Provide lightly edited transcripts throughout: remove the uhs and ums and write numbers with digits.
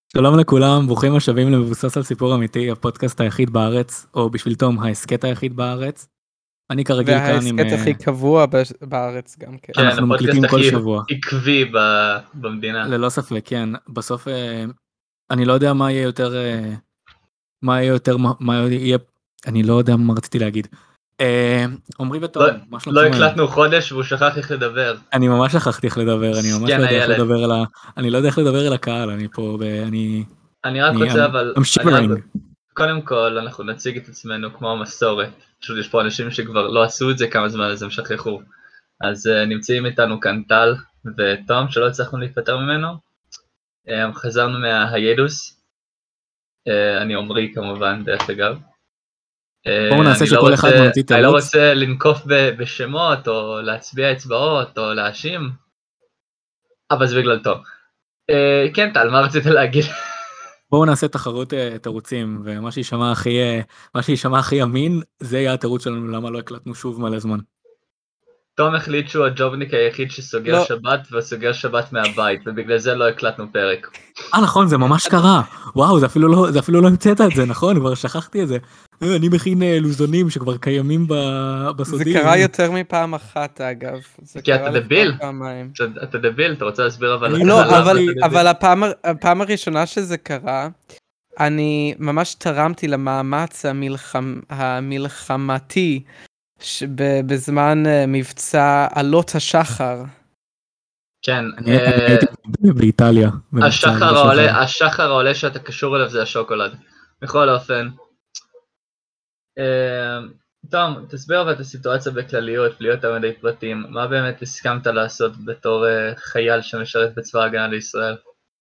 שלום לכולם, ברוכים השבים למבוסס על סיפור אמיתי, הפודקאסט היחיד בארץ, או בשביל תום, ההסקט היחיד בארץ. אני כרגיל כאן עם... וההסקט הכי קבוע בארץ גם כן. כן, אנחנו מקליטים כל הפודקאסט שבוע. הכי עקבי במדינה. ללא ספק, כן. בסוף, אני לא יודע מה יהיה יותר... מה יהיה... אני לא יודע מה רציתי להגיד. עמרי ותום, מה שלומכם? לא הקלטנו חודש והוא שכח איך לדבר. אני ממש שכחתי איך לדבר, אני ממש כן, לא יודע איך הילד. לדבר על ה... אני לא יודע איך לדבר אל הקהל, אני פה, אני רק רוצה אבל... I'm shivering. קודם כל אנחנו נציג את עצמנו כמו המסורת. פשוט יש פה אנשים שכבר לא עשו את זה כמה זמן אז הם שכחו. אז נמצאים איתנו כאן טל ותום שלא הצלחנו להתפטר ממנו. חזרנו מההיידוס. אני עמרי כמובן דרך אגב. בואו נעשה שכל אחד ממציא תירוץ. אני לא רוצה לנקוף בשמות או להצביע אצבעות או להאשים, אבל זה בגלל טוב. כן טל, מה רצית להגיד? בואו נעשה תחרות תירוצים, ומה שישמע הכי אמין, זה יהיה התירוץ שלנו למה לא הקלטנו שוב מלא זמן. תום החליט שהוא הג'ובניק היחיד שסוגר שבת וסוגר שבת מהבית, ובגלל זה לא הקלטנו פרק. נכון, זה ממש קרה. וואו, זה אפילו לא המצאת את זה, נכון? כבר שכחתי את זה. אני מכין לוזונים שכבר קיימים בסודים. זה קרה יותר מפעם אחת אגב. כי אתה דביל. אתה דביל, אתה רוצה להסביר אבל... לא, אבל הפעם הראשונה שזה קרה, אני ממש תרמתי למאמץ המלחמתי בזמן מבצע עלות השחר. כן, אני הייתי באיטליה. השחר העולה שאתה קשור אליו זה השוקולד. בכל אופן. תום, תסביר אבל את הסיטואציה בכלליות, בלי יותר מדי פרטים. מה באמת הסכמת לעשות בתור חייל שמשרת בצבא ההגנה לישראל?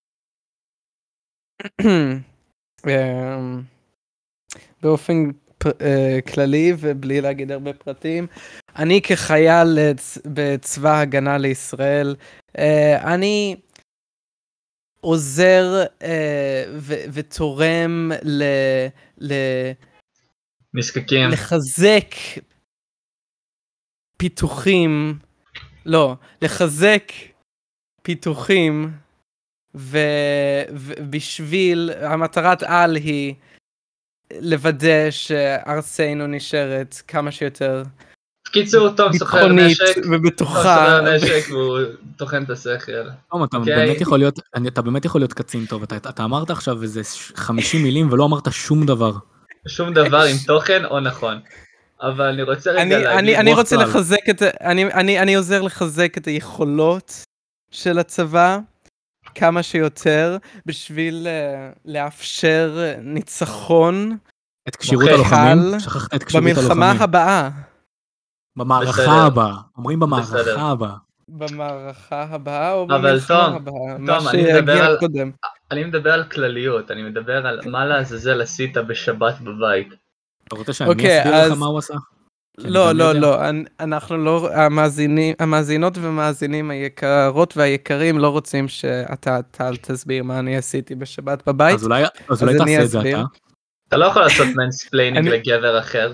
באופן כללי ובלי להגיד הרבה פרטים, אני כחייל בצבא ההגנה לישראל, אני עוזר ותורם נזקקים. לחזק פיתוחים, לחזק פיתוחים, ובשביל המטרת על היא לוודא שארצנו נשארת כמה שיותר קיצור, טוב, סוחר נשק ובטוחה, והוא טוחן את השכל. טוב, אתה באמת יכול להיות קצין טוב, אתה אמרת עכשיו איזה 50 מילים ולא אמרת שום דבר. שום דבר עם תוכן או נכון. אבל אני רוצה רגע להגיד... אני עוזר לחזק את היכולות של הצבא כמה שיותר, בשביל לאפשר ניצחון את כשירות הלוחמים, שכחת את כשירות הלוחמים. במלחמה הבאה. במערכה הבאה, אומרים במערכה הבאה. במערכה הבאה או במלחמה הבאה, מה תום, שיגיע קודם. אני מדבר על כלליות, אני מדבר על מה לעזאזל עשית בשבת בבית. אתה רוצה שאני אסביר לך מה הוא עשה? לא, אנחנו לא, המאזינות ומאזינים היקרות והיקרים לא רוצים שאתה תסביר מה אני עשיתי בשבת בבית. אז אולי תעשה את זה אתה. אתה לא יכול לעשות מנספליינינג לגבר אחר.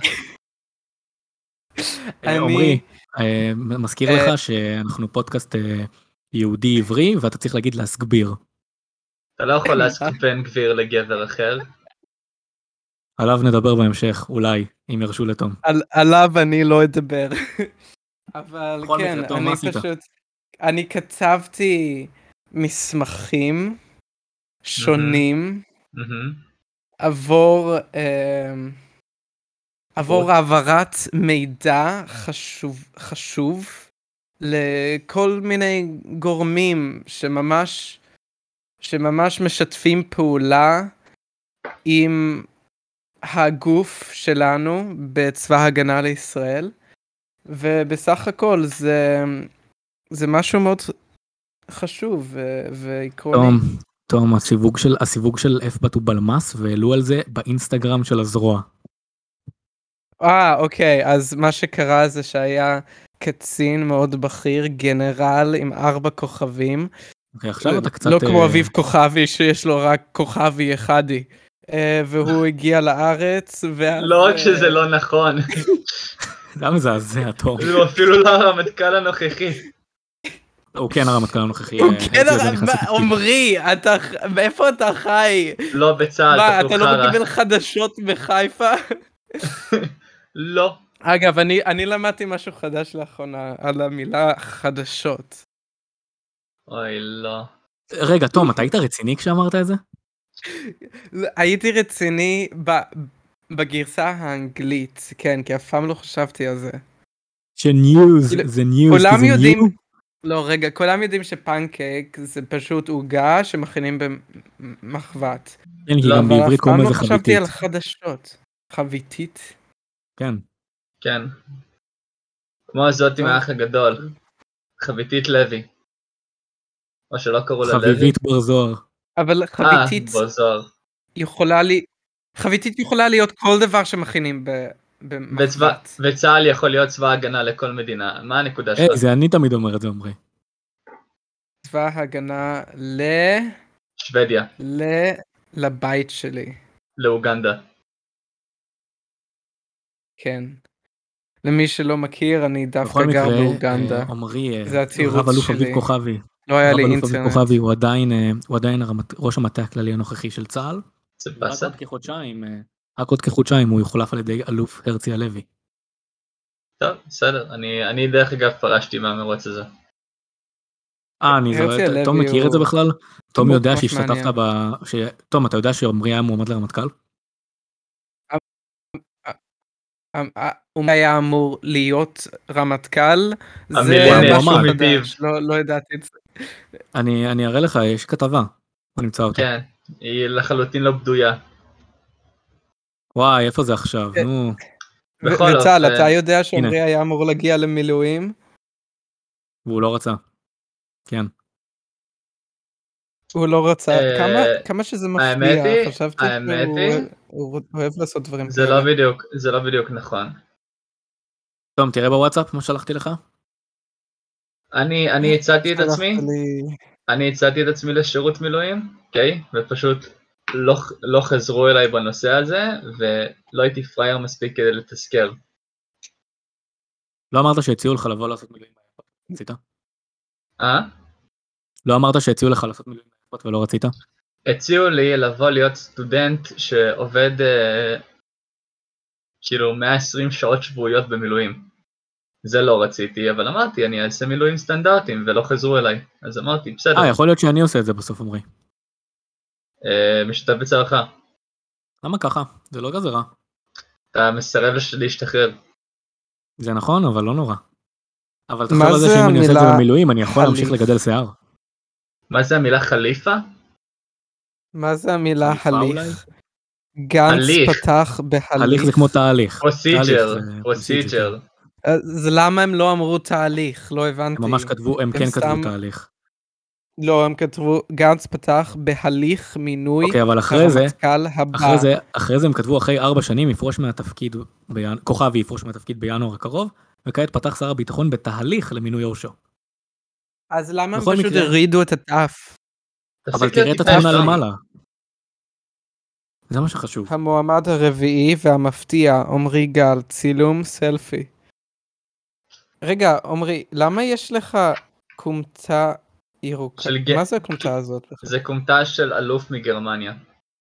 עמרי, מזכיר לך שאנחנו פודקאסט יהודי עברי ואתה צריך להגיד להסגביר. אתה לא יכול להסגיר בן גביר לגבר אחר. עליו נדבר בהמשך, אולי, אם ירשו לתום. עליו אני לא אדבר. אבל כן, אני כתבתי מסמכים שונים עבור העברת מידע חשוב לכל מיני גורמים שממש משתפים פעולה עם הגוף שלנו בצבא ההגנה לישראל, ובסך הכל זה משהו מאוד חשוב ועקרוני. תום, הסיווג של F-בת הוא בלמ"ס, והעלו על זה באינסטגרם של הזרוע. אוקיי, אז מה שקרה זה שהיה קצין מאוד בכיר, גנרל עם 4 כוכבים. אוקיי, עכשיו אתה קצת... לא כמו אביב כוכבי שיש לו רק כוכבי אחדי. והוא הגיע לארץ לא רק שזה לא נכון. למה זה טוב? זה אפילו לא הרמטכ"ל הנוכחי. הוא כן הרמטכ"ל הנוכחי. עומרי, מאיפה אתה חי? לא בצה"ל, מה, תפור אתה לא חרא. מקבל חדשות בחיפה? לא. אגב, אני למדתי משהו חדש לאחרונה על המילה חדשות. אוי, לא. רגע, תום, אתה היית רציני כשאמרת את זה? הייתי רציני בגרסה האנגלית, כן, כי אף פעם לא חשבתי על זה. שניוז זה ניוז, כי כולם זה יודעים, ניו? לא רגע, כולם יודעים שפנקייק זה פשוט עוגה שמכינים במחבת. כן, כי לא, גם אבל בעברית אף פעם קוראים לא לזה חשבתי חביתית. על חדשות. חביתית? כן. כן. כמו הזאת עם טוב. האח הגדול. חביתית לוי. או שלא קראו לה לוי. חביבית בר זוהר. אבל חביתית בוזור. חביתית יכולה להיות כל דבר שמכינים במחבת. וצה"ל יכול להיות צבא הגנה לכל מדינה. מה הנקודה שלך? זה אני תמיד אומר את זה, עמרי. צבא הגנה שוודיה. לבית שלי. לאוגנדה. כן. למי שלא מכיר, אני דווקא בכל גר מקרה, באוגנדה. עמרי, זה התירוץ רב אלוף שלי. אביב כוכבי. לא היה רב לי אלוף אביב אינטרנט. כוכבי הוא עדיין ראש המטה הכללי הנוכחי של צה"ל. זה רק באסה. רק עוד כחודשיים הוא יוחלף על ידי אלוף הרצי הלוי. טוב, בסדר. אני דרך אגב פרשתי מהמרוץ הזה. הרצי הלוי תום מכיר את זה הוא- בכלל? תום הוא יודע ממש שהשתתפת מעניין. תום, אתה יודע שעמרי היה מועמד לרמטכ"ל? הוא היה אמור להיות רמטכ"ל, זה המילניום משהו מפיו. חדש, לא ידעתי את זה. אני אראה לך, יש כתבה. בוא נמצא אותה. כן. היא לחלוטין לא בדויה. וואי, איפה זה עכשיו? נו. בכל וצהל, אופן. אתה יודע שעמרי היה אמור להגיע למילואים? והוא לא רצה. כן. הוא לא רצה, כמה שזה מפריע, חשבתי שהוא אוהב לעשות דברים כאלה. זה לא בדיוק נכון. תום, תראה בוואטסאפ מה שלחתי לך. אני הצעתי את עצמי לשירות מילואים, אוקיי? ופשוט לא חזרו אליי בנושא הזה, ולא הייתי פרייר מספיק כדי לתזכר. לא אמרת שהציעו לך לבוא לעשות מילואים. רצית? אה? לא אמרת שהציעו לך לעשות מילואים ולא רצית? הציעו לי לבוא להיות סטודנט שעובד כאילו 120 שעות שבועיות במילואים. זה לא רציתי, אבל אמרתי, אני אעשה מילואים סטנדרטיים ולא חזרו אליי. אז אמרתי, בסדר. יכול להיות שאני עושה את זה בסוף, עמרי. משתתף בצערך. למה ככה? זה לא כזה רע. אתה מסרב להשתחרר. זה נכון, אבל לא נורא. אבל תחשוב על זה שאם אני עושה את זה במילואים, אני יכול להמשיך לגדל שיער. מה זה המילה חליפה? מה זה המילה הליך? גנץ פתח בהליך. הליך זה כמו תהליך. פרוסיג'ר. אז למה הם לא אמרו תהליך? לא הבנתי. הם כן כתבו תהליך. לא, הם כתבו, גנץ פתח בהליך מינוי הרמטכ"ל הבא. אחרי זה הם כתבו אחרי 4 שנים יפרוש מהתפקיד, כוכבי יפרוש מהתפקיד בינואר הקרוב, וכעת פתח שר הביטחון בתהליך למינוי יורשו. אז למה הם פשוט הרידו את התף? אבל תראה את התמונה למעלה. זה מה שחשוב. המועמד הרביעי והמפתיע, עמרי גל, צילום סלפי. רגע, עמרי, למה יש לך קומטה ירוקה? מה זה הקומטה הזאת? זה קומטה של אלוף מגרמניה.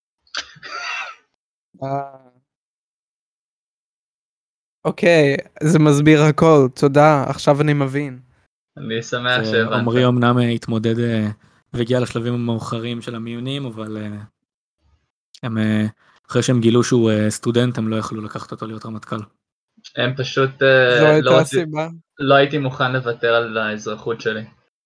אוקיי, זה מסביר הכל, תודה, עכשיו אני מבין. אני שמח שהבנת. עמרי אמנם התמודד והגיע לשלבים המאוחרים של המיונים, אבל הם, אחרי שהם גילו שהוא סטודנט, הם לא יכלו לקחת אותו להיות רמטכ"ל. הם פשוט, זו הייתה הסיבה. לא הייתי מוכן לוותר על האזרחות שלי.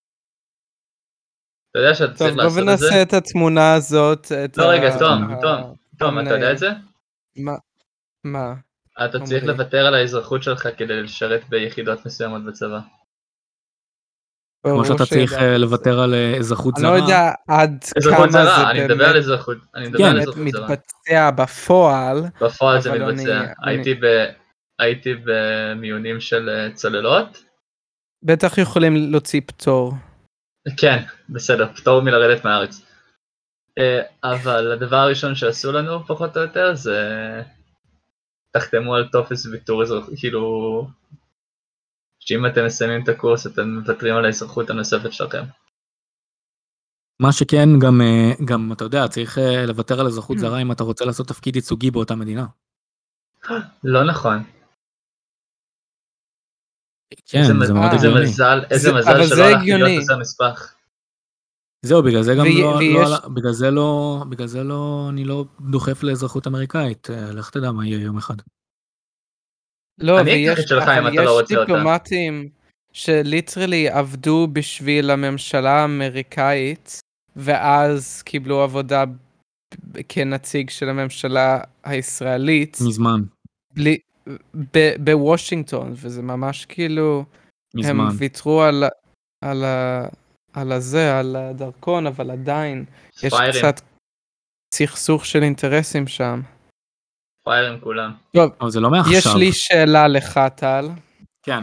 אתה יודע שאתה צריך לעשות את זה? טוב, בוא ונעשה את התמונה הזאת. לא רגע, תום, אתה יודע את זה? מה? אתה צריך לוותר על האזרחות שלך כדי לשרת ביחידות מסוימות בצבא. כמו שאתה צריך לוותר על אזרחות זרה. אני לא יודע עד כמה זה באמת. אני מדבר על אזרחות זרה. מתבצע בפועל. בפועל זה מתבצע. הייתי במיונים של צוללות. בטח יכולים להוציא פטור. כן, בסדר, פטור מלרדת מהארץ. אבל הדבר הראשון שעשו לנו פחות או יותר זה תחתמו על טופס ויתור אזרחות, כאילו שאם אתם מסיימים את הקורס אתם מוותרים על האזרחות הנוספת שלכם. מה שכן, גם אתה יודע, צריך לוותר על אזרחות זרה אם אתה רוצה לעשות תפקיד ייצוגי באותה מדינה. לא נכון. כן, זה מאוד איזה הגיוני. מזל שלא הלכתי להיות עוזר נספח. זהו, בגלל זה גם בגלל זה אני לא דוחף לאזרחות אמריקאית, לך תדע מה יהיה יום אחד. לא, אני אקח את שלך אם אתה לא ויש רוצה אותה. דיפלומטים שליטרלי עבדו בשביל הממשלה האמריקאית, ואז קיבלו עבודה כנציג של הממשלה הישראלית. מזמן. בוושינגטון, וזה ממש כאילו, מזמן. הם ויתרו על הדרכון, אבל עדיין יש קצת סכסוך של אינטרסים שם. פיירים כולם. טוב, אבל זה לא מעכשיו. יש לי שאלה לך, טל. כן.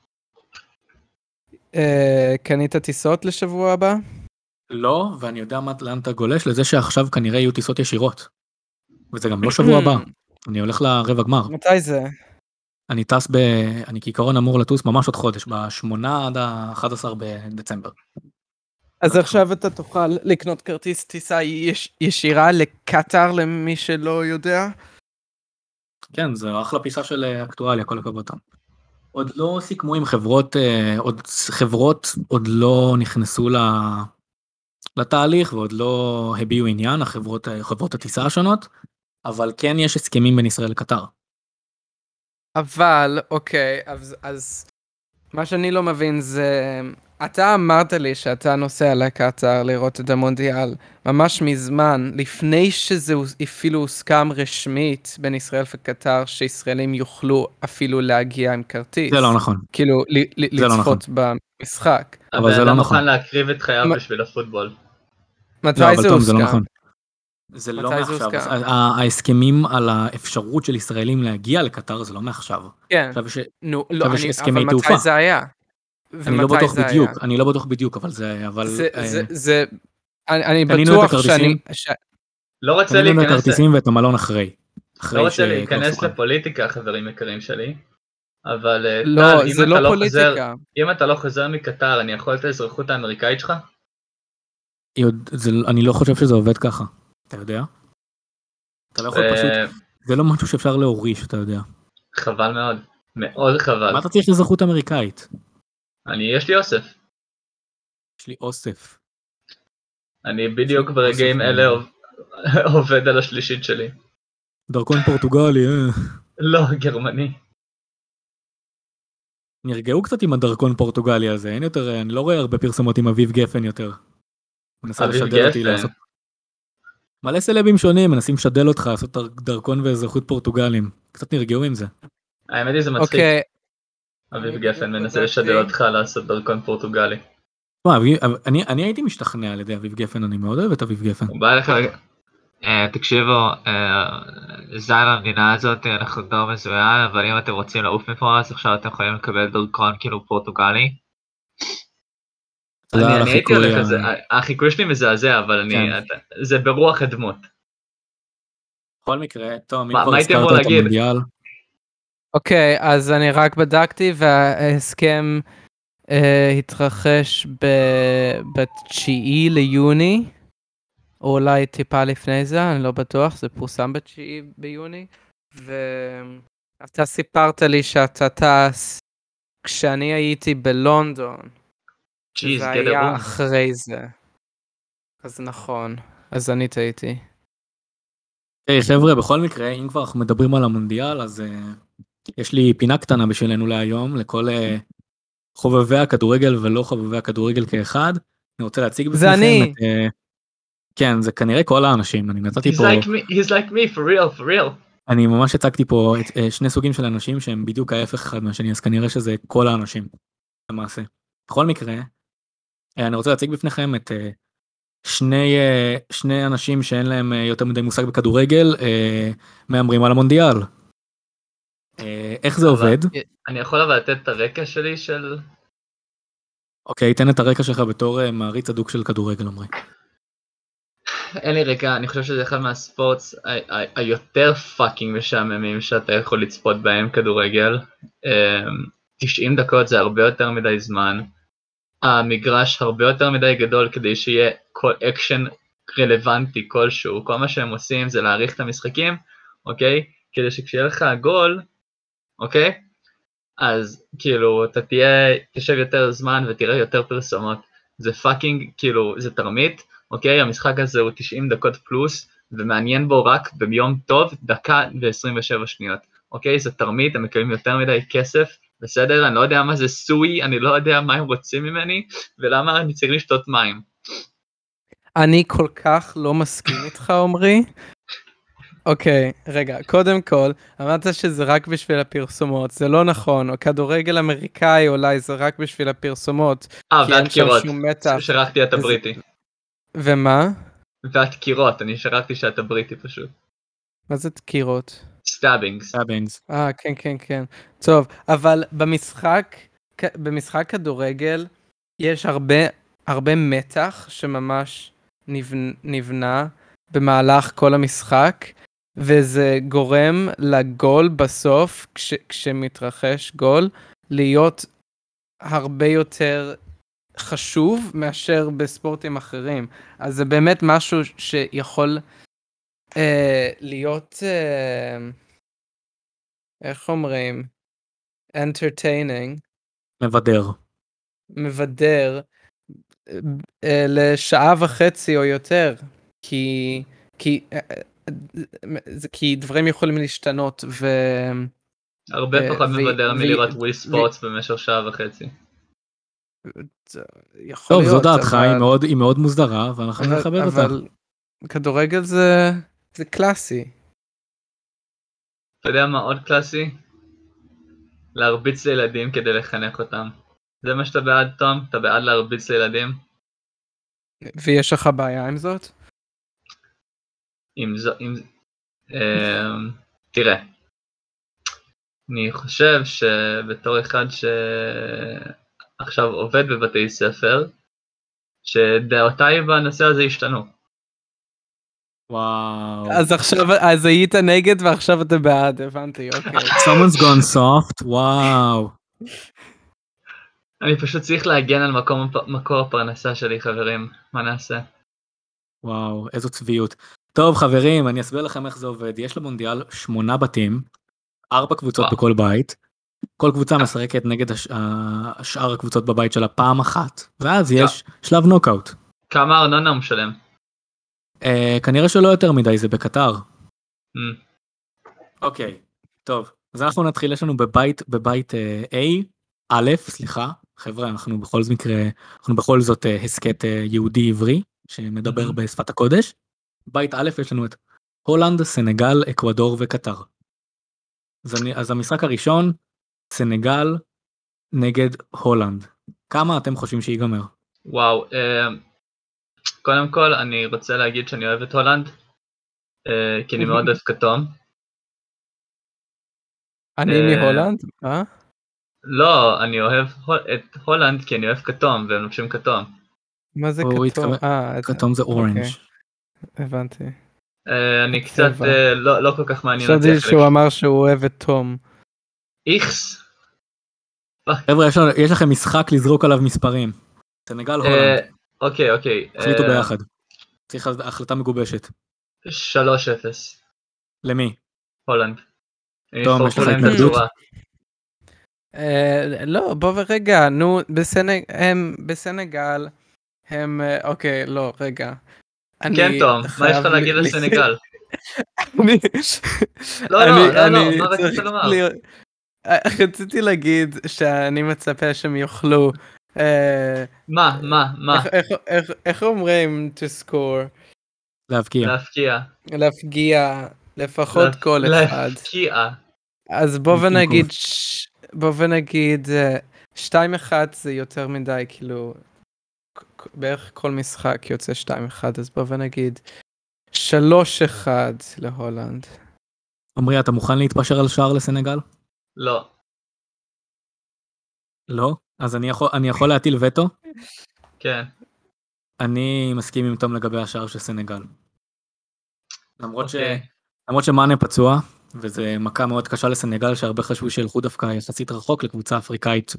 קנית טיסות לשבוע הבא? לא, ואני יודע לאן אתה גולש, לזה שעכשיו כנראה יהיו טיסות ישירות. וזה גם לא שבוע הבא. אני הולך לרבע גמר. מתי זה? אני כעיקרון אמור לטוס ממש עוד חודש, ב8 עד ה-11 בדצמבר. אז עכשיו אתה תוכל לקנות כרטיס טיסה ישירה לקטר למי שלא יודע? כן, זה אחלה פיסה של אקטואליה, כל הכבוד. עוד לא סיכמו עם חברות עוד לא נכנסו לתהליך ועוד לא הביעו עניין, חברות הטיסה השונות, אבל כן יש הסכמים בין ישראל לקטר. אבל, אוקיי, אז מה שאני לא מבין זה, אתה אמרת לי שאתה נוסע לקטר לראות את המונדיאל ממש מזמן, לפני שזה אפילו הוסכם רשמית בין ישראל וקטר, שישראלים יוכלו אפילו להגיע עם כרטיס. זה לא נכון. כאילו, לצפות במשחק. אבל זה לא נכון. מוכן להקריב את חייו בשביל הפוטבול. מתי זה הוסכם? זה לא מעכשיו, ההסכמים על האפשרות של ישראלים להגיע לקטר זה לא מעכשיו. כן, עכשיו יש הסכמי תעופה. אבל מתי זה היה? אני לא בטוח בדיוק, אבל זה... אני בטוח שאני... לא רוצה קנינו את הכרטיסים ואת המלון אחרי. לא רוצה להיכנס לפוליטיקה, חברים יקרים שלי, אבל לא, זה לא פוליטיקה. אם אתה לא חוזר מקטר, אני יכול את האזרחות האמריקאית שלך? אני לא חושב שזה עובד ככה. אתה יודע? אתה לא יכול פשוט... זה לא משהו שאפשר להוריש, אתה יודע. חבל מאוד. מאוד חבל. מה אתה צריך אזרחות אמריקאית? יש לי אוסף. יש לי אוסף. אני בדיוק ברגעים אלה עובד על השלישית שלי. דרכון פורטוגלי, לא, גרמני. נרגעו קצת עם הדרכון פורטוגלי הזה, אין יותר, אני לא רואה הרבה פרסומות עם אביב גפן יותר. אביב גפן? מלא סלבים שונים, מנסים לשדל אותך, לעשות דרכון ואזרחות פורטוגלים. קצת נרגעו עם זה. האמת היא זה מצחיק. אביב גפן מנסה לשדל אותך לעשות דרכון פורטוגלי. אני הייתי משתכנע על ידי אביב גפן, אני מאוד אוהב את אביב גפן. הוא בא לך, תקשיבו, זה על המדינה הזאת, אנחנו דור מזוין, אבל אם אתם רוצים לעוף מפה, אז עכשיו אתם יכולים לקבל דרכון כאילו פורטוגלי. אני הייתי הולך לזה, החיקוי שלי מזעזע, אבל זה ברוח הדמות. בכל מקרה, טוב, מה הייתי אמור להגיד? אוקיי, אז אני רק בדקתי וההסכם התרחש ב9 ליוני, או אולי טיפה לפני זה, אני לא בטוח, זה פורסם ב9 ביוני, ואתה סיפרת לי שאתה טס כשאני הייתי בלונדון. זה היה אחרי זה. אז נכון, אז אני טעיתי. היי חבר'ה, בכל מקרה, אם כבר אנחנו מדברים על המונדיאל, אז יש לי פינה קטנה בשבילנו להיום, לכל חובבי הכדורגל ולא חובבי הכדורגל כאחד. אני רוצה להציג בפניכם את... כן, זה כנראה כל האנשים, אני נתתי פה... He's like me, for real, for real. אני ממש הצגתי פה שני סוגים של אנשים שהם בדיוק ההפך אחד מהשני, אז כנראה שזה כל האנשים, למעשה. בכל מקרה, אני רוצה להציג בפניכם את שני אנשים שאין להם יותר מדי מושג בכדורגל, מאמרים על המונדיאל. איך זה עובד? אני יכול אבל לתת את הרקע שלי של... אוקיי, תן את הרקע שלך בתור מעריץ הדוק של כדורגל, עמרי. אין לי רקע, אני חושב שזה אחד מהספורטס היותר פאקינג משעממים שאתה יכול לצפות בהם כדורגל. 90 דקות זה הרבה יותר מדי זמן, המגרש הרבה יותר מדי גדול כדי שיהיה כל אקשן רלוונטי כלשהו, כל מה שהם עושים זה להאריך את המשחקים, אוקיי? כדי שכשיהיה לך גול, אוקיי? אז כאילו אתה תשב יותר זמן ותראה יותר פרסומות, זה פאקינג, כאילו זה תרמית, אוקיי? המשחק הזה הוא 90 דקות פלוס, ומעניין בו רק ביום טוב, דקה ו27 שניות, אוקיי? זה תרמית, הם מקבלים יותר מדי כסף, בסדר? אני לא יודע מה זה סוי, אני לא יודע מה הם רוצים ממני, ולמה אני צריך לשתות מים. אני כל כך לא מסכים איתך, עומרי. אוקיי, רגע, קודם כל, אמרת שזה רק בשביל הפרסומות, זה לא נכון, או כדורגל אמריקאי אולי זה רק בשביל הפרסומות, כי אין שם והדקירות, שום מתח. שרקתי את הבריטי. ומה? והדקירות, אני שרקתי שאתה בריטי פשוט. מה זה דקירות? סטאבינגס. כן, כן, כן. טוב, אבל במשחק כדורגל יש הרבה מתח שממש נבנה במהלך כל המשחק, וזה גורם לגול בסוף, כשמתרחש גול, להיות הרבה יותר חשוב מאשר בספורטים אחרים. אז זה באמת משהו שיכול להיות, איך אומרים? entertaining. מבדר לשעה וחצי או יותר, כי דברים יכולים להשתנות הרבה פחות מבדר מלראות ווי ספורטס במשך שעה וחצי. טוב, זו דעתך, היא מאוד מוסדרה, ואנחנו נכבד אותה. אבל כדורגל זה קלאסי. אתה יודע מה עוד קלאסי? להרביץ לילדים כדי לחנך אותם. זה מה שאתה בעד, תום? אתה בעד להרביץ לילדים? ויש לך בעיה עם זאת? תראה, אני חושב שבתור אחד שעכשיו עובד בבתי ספר, שדעותיי בנושא הזה השתנו. וואו. אז היית נגד ועכשיו אתה בעד, הבנתי, אוקיי. Someone's gone soft, וואו. אני פשוט צריך להגן על מקור הפרנסה שלי, חברים, מה נעשה? וואו, איזו צביעות. טוב חברים, אני אסביר לכם איך זה עובד. יש למונדיאל 8 בתים, 4 קבוצות בכל בית, כל קבוצה משחקת נגד השאר הקבוצות בבית שלה פעם אחת, ואז יש שלב נוקאוט. כמה ארנונה הוא משלם? כנראה שלא יותר מדי, זה בקטר. אוקיי, טוב, אז אנחנו נתחיל, יש לנו בבית א', סליחה, חבר'ה, אנחנו בכל זאת הסקט יהודי עברי, שמדבר בשפת הקודש. בית א' יש לנו את הולנד, סנגל, אקוודור וקטר. אז המשחק הראשון, סנגל נגד הולנד. כמה אתם חושבים שיגמר? וואו, קודם כל אני רוצה להגיד שאני אוהב את הולנד, כי אני מאוד אוהב כתום. אני מהולנד? לא, אני אוהב את הולנד כי אני אוהב כתום, והם לובשים כתום. מה זה כתום? כתום זה אורנג'. הבנתי. אני קצת לא כל כך מעניין אותי. חשבתי שהוא אמר שהוא אוהב את תום. איכס. חבר'ה, יש לכם משחק לזרוק עליו מספרים. סנגל הולנד. אוקיי. החליטו ביחד. צריך החלטה מגובשת. 3-0. למי? הולנד. טוב, יש לך התנגדות? לא, בוא ורגע, נו, בסנגל הם, אוקיי, לא, רגע. כן, תום, מה יש לך להגיד על סנגל? לא, מה רצית לומר? רציתי להגיד שאני מצפה שהם יוכלו... מה? איך אומרים to score? להפגיע לפחות גול אחד. אז בוא ונגיד 2-1 זה יותר מדי, כאילו בערך כל משחק יוצא 2-1, אז בוא ונגיד 3-1 להולנד. עמרי, אתה מוכן להתפשר על שער לסנגל? לא. לא? אז אני יכול להטיל וטו? כן. אני מסכים עם תום לגבי השער של סנגל. למרות למרות שמאנה פצוע, וזה מכה מאוד קשה לסנגל, שהרבה חשבו שילכו דווקא יחסית רחוק לקבוצה אפריקאית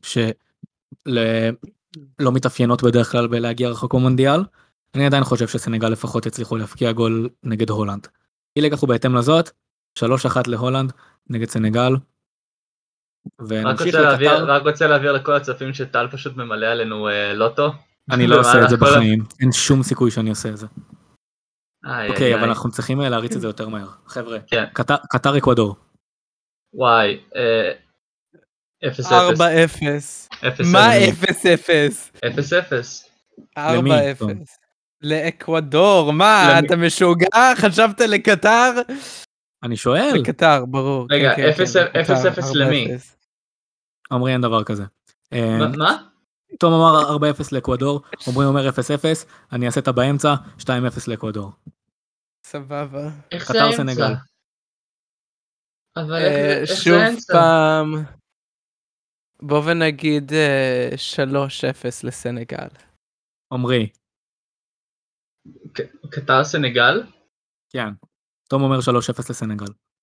שלא מתאפיינות בדרך כלל בלהגיע רחוק במונדיאל. אני עדיין חושב שסנגל לפחות יצליחו להפקיע גול נגד הולנד. אי לכך ובהתאם לזאת, 3-1 להולנד נגד סנגל. ונמשיך לקטר. רק רוצה להעביר לכל הצופים שטל פשוט ממלא עלינו לוטו. אני לא עושה את זה בחיים, אין שום סיכוי שאני עושה את זה. אוקיי, אבל איי. אנחנו צריכים להריץ את זה יותר מהר. חבר'ה, כן. קטר אקוודור. וואי, 0-0. 4-0. 0-0. מה 0-0? 0-0. 4-0. טוב. לאקוודור, מה, למי? אתה משוגע? חשבת לקטר? אני שואל, לקטר, ברור. רגע, כן, כן, 0-0 למי? 4-0. אומרי אין דבר כזה. מה? תום אמר 4-0 לאקוודור, אומרי אומר 0-0, אני אעשה את באמצע, 2-0 לאקוודור. סבבה. איך קטר זה האמצע? סנגל. אבל איך זה שוב האמצע? פעם, בוא ונגיד 3-0 לסנגל. אומרי, קטר סנגל? כן. תום אומר 3-0 לסנגל.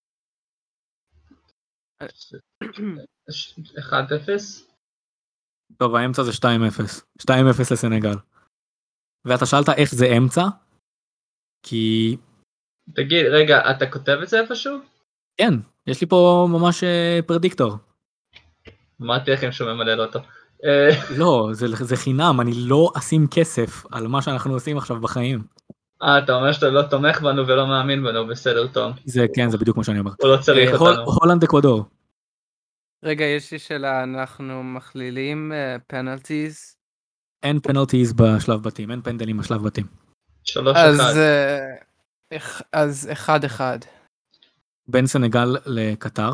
1-0? טוב, האמצע זה 2-0. 2-0 לסנגל. ואתה שאלת איך זה אמצע? כי... תגיד, רגע, אתה כותב את זה איפשהו? כן, יש לי פה ממש פרדיקטור. אמרתי לכם שהוא ממלא אותו. לא, זה חינם, אני לא אשים כסף על מה שאנחנו עושים עכשיו בחיים. אתה אומר שאתה לא תומך בנו ולא מאמין בנו, בסדר, תום. זה כן, זה בדיוק מה שאני אומר. הוא לא צריך אותנו. הולנד אקוודור. רגע, יש לי שאלה, אנחנו מכלילים פנלטיז? אין פנלטיז בשלב בתים, אין פנדלים בשלב בתים. 3-1. אז 1-1. בין סנגל לקטר.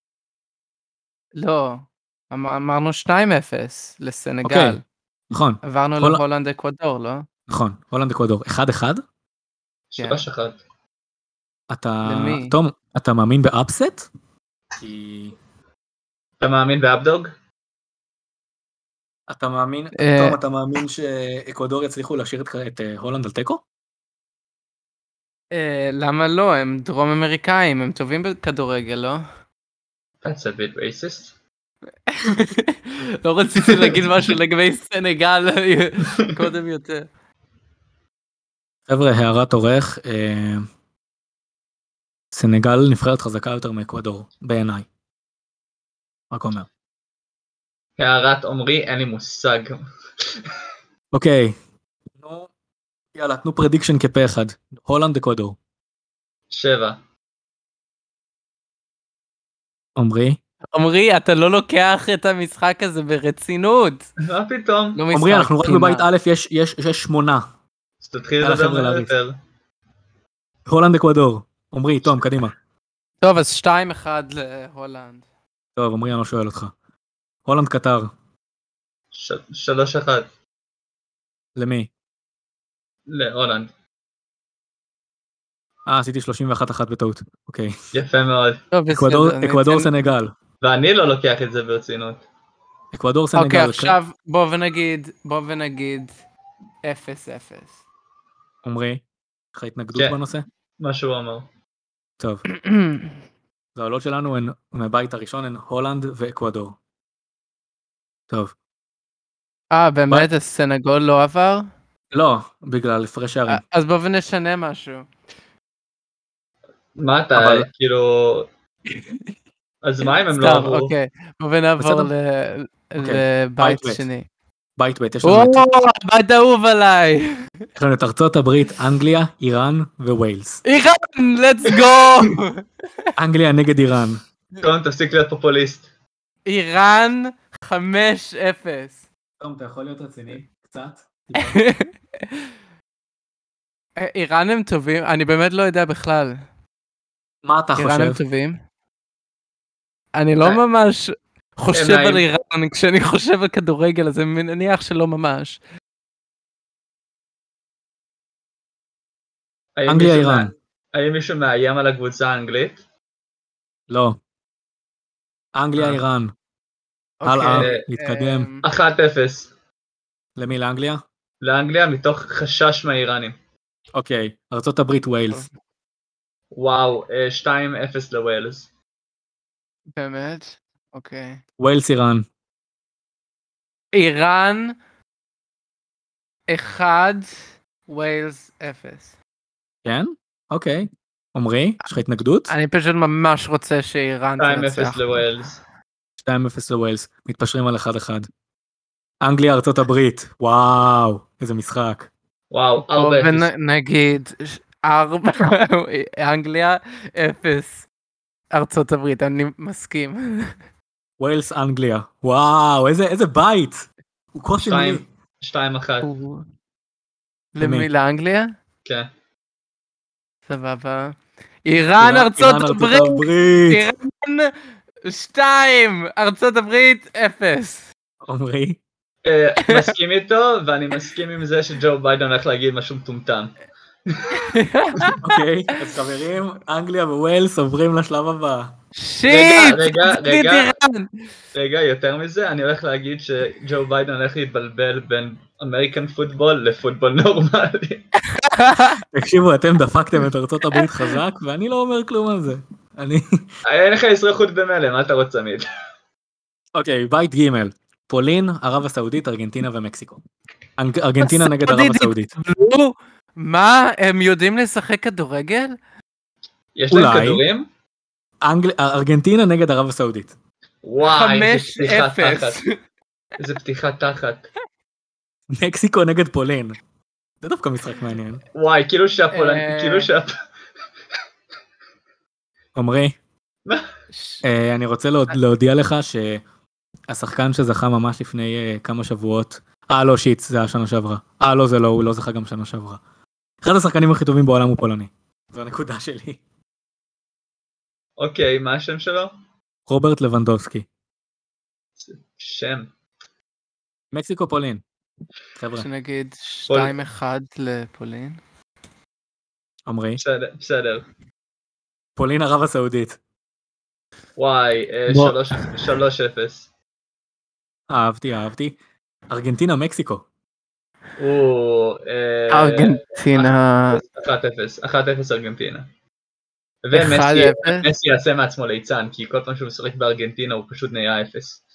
לא, אמרנו 2-0 לסנגל. אוקיי, נכון, עברנו להולנד אקוודור, לא? נכון, הולנד אקוודור. 1-1? 3-1. למי? תום, אתה מאמין באפסט? כי... אתה מאמין באבדוג? אתה מאמין, תום, אתה מאמין שאקוודור יצליחו להשאיר את הולנד על תיקו? למה לא? הם דרום אמריקאים, הם טובים בכדורגל, לא? That's a bit racist. לא רציתי להגיד משהו לגבי סנגל קודם יותר. חבר'ה, הערת עורך, סנגל נבחרת חזקה יותר מאקוודור, בעיניי. רק אומר. הערת עומרי, אין לי מושג. אוקיי, יאללה, תנו פרדיקשן כפה אחד. הולנד אקוודור. 7. עומרי, אתה לא לוקח את המשחק הזה ברצינות. מה פתאום? לא עומרי, משחק, אנחנו רק פינה. בבית א', יש 8. אז תתחיל יאללה, לדבר חבר'ה, מהר להריץ. יותר. הולנד אקוודור. עומרי, תום, קדימה. טוב, אז 2-1 להולנד. טוב, עומרי, אני לא שואל אותך. הולנד קטר. 3-1. למי? להולנד. עשיתי 31-1 בטעות. אוקיי. יפה מאוד. טוב, בסדר. אקוודור סנגל. ואני לא לוקח את זה ברצינות. אקוודור סנגל. אוקיי, עכשיו בוא ונגיד 0-0. עומרי, יש לך התנגדות כן. בנושא? מה שהוא אמר. טוב. העולות שלנו הן מהבית הראשון, הן הולנד ואקוודור. טוב. באמת הסנגול לא עבר? לא, בגלל הפרש שערים. אז בוא ונשנה משהו. מה אתה, אבל- כאילו... אז מה אם הם לא סתם, עברו? אוקיי. בוא ונעבור אוקיי, לבית בית ב'. שני. בית ב', יש לנו בית אהוב עליי. את ארצות הברית, אנגליה, איראן וווילס. איראן, let's go. אנגליה נגד איראן. תום, תפסיק להיות פופוליסט. איראן 5-0. תום, אתה יכול להיות רציני? קצת? איראן הם טובים? אני באמת לא יודע בכלל. מה אתה איראן הם חושב? טובים? אני לא ממש חושב על איראן, כשאני חושב על כדורגל, אז אני מניח שלא ממש. אנגליה איראן. האם מישהו מאיים על הקבוצה האנגלית? לא. אנגליה איראן. הלאה, נתקדם. 1-0. למי? לאנגליה? לאנגליה מתוך חשש מהאיראנים. אוקיי, ארצות הברית ווילס. וואו, 2-0 לווילס. באמת? אוקיי. ווילס איראן. איראן 1, ווילס 0. כן? אוקיי. עמרי, יש לך התנגדות? אני פשוט ממש רוצה שאיראן 2-0 תנצח. לווילס. 2-0 לווילס. מתפשרים על 1-1. אנגליה, ארצות הברית. וואו, איזה משחק. וואו, 4-0. נגיד 4, אנגליה 0, ארצות הברית, אני מסכים. ווילס, אנגליה. וואו, איזה בית. הוא קושי מילי. 2-1. למי? לאנגליה? כן. סבבה. איראן, ארצות הברית! איראן 2, ארצות הברית 0. עמרי? מסכים איתו, ואני מסכים עם זה שג'ו ביידן הולך להגיד משהו מטומטם. אוקיי, אז חברים, אנגליה וווילס עוברים לשלב הבא. שיט! רגע, יותר מזה, אני הולך להגיד שג'ו ביידן הולך להתבלבל בין אמריקן פוטבול לפוטבול נורמלי. תקשיבו, אתם דפקתם את ארצות הברית חזק, ואני לא אומר כלום על זה. אין לך אזרחות במלא, מה אתה רוצה מיד? אוקיי, בית ג' פולין, ערב הסעודית, ארגנטינה ומקסיקו. ארגנטינה נגד ערב הסעודית. מה? הם יודעים לשחק כדורגל? יש להם כדורים? ארגנטינה נגד ערב הסעודית. וואי, איזה פתיחת תחת. מקסיקו נגד פולין. זה דווקא משחק מעניין. וואי, כאילו עמרי, אני רוצה להודיע לך שהשחקן שזכה ממש לפני כמה שבועות, לא שיט, זה היה שנה שעברה. לא, זה לא, הוא לא זכה גם שנה שעברה. אחד השחקנים הכי טובים בעולם הוא פולני. זו הנקודה שלי. אוקיי, מה השם שלו? רוברט לבנדובסקי. שם. מקסיקו פולין. חבר'ה. שנגיד 2-1 לפולין. עמרי. בסדר. פולין ערב הסעודית. וואי, 3-0. אהבתי. ארגנטינה, מקסיקו. 1-0 ארגנטינה. ומסי יעשה מעצמו ליצן, כי כל פעם שהוא משחק בארגנטינה הוא פשוט נהיה 0.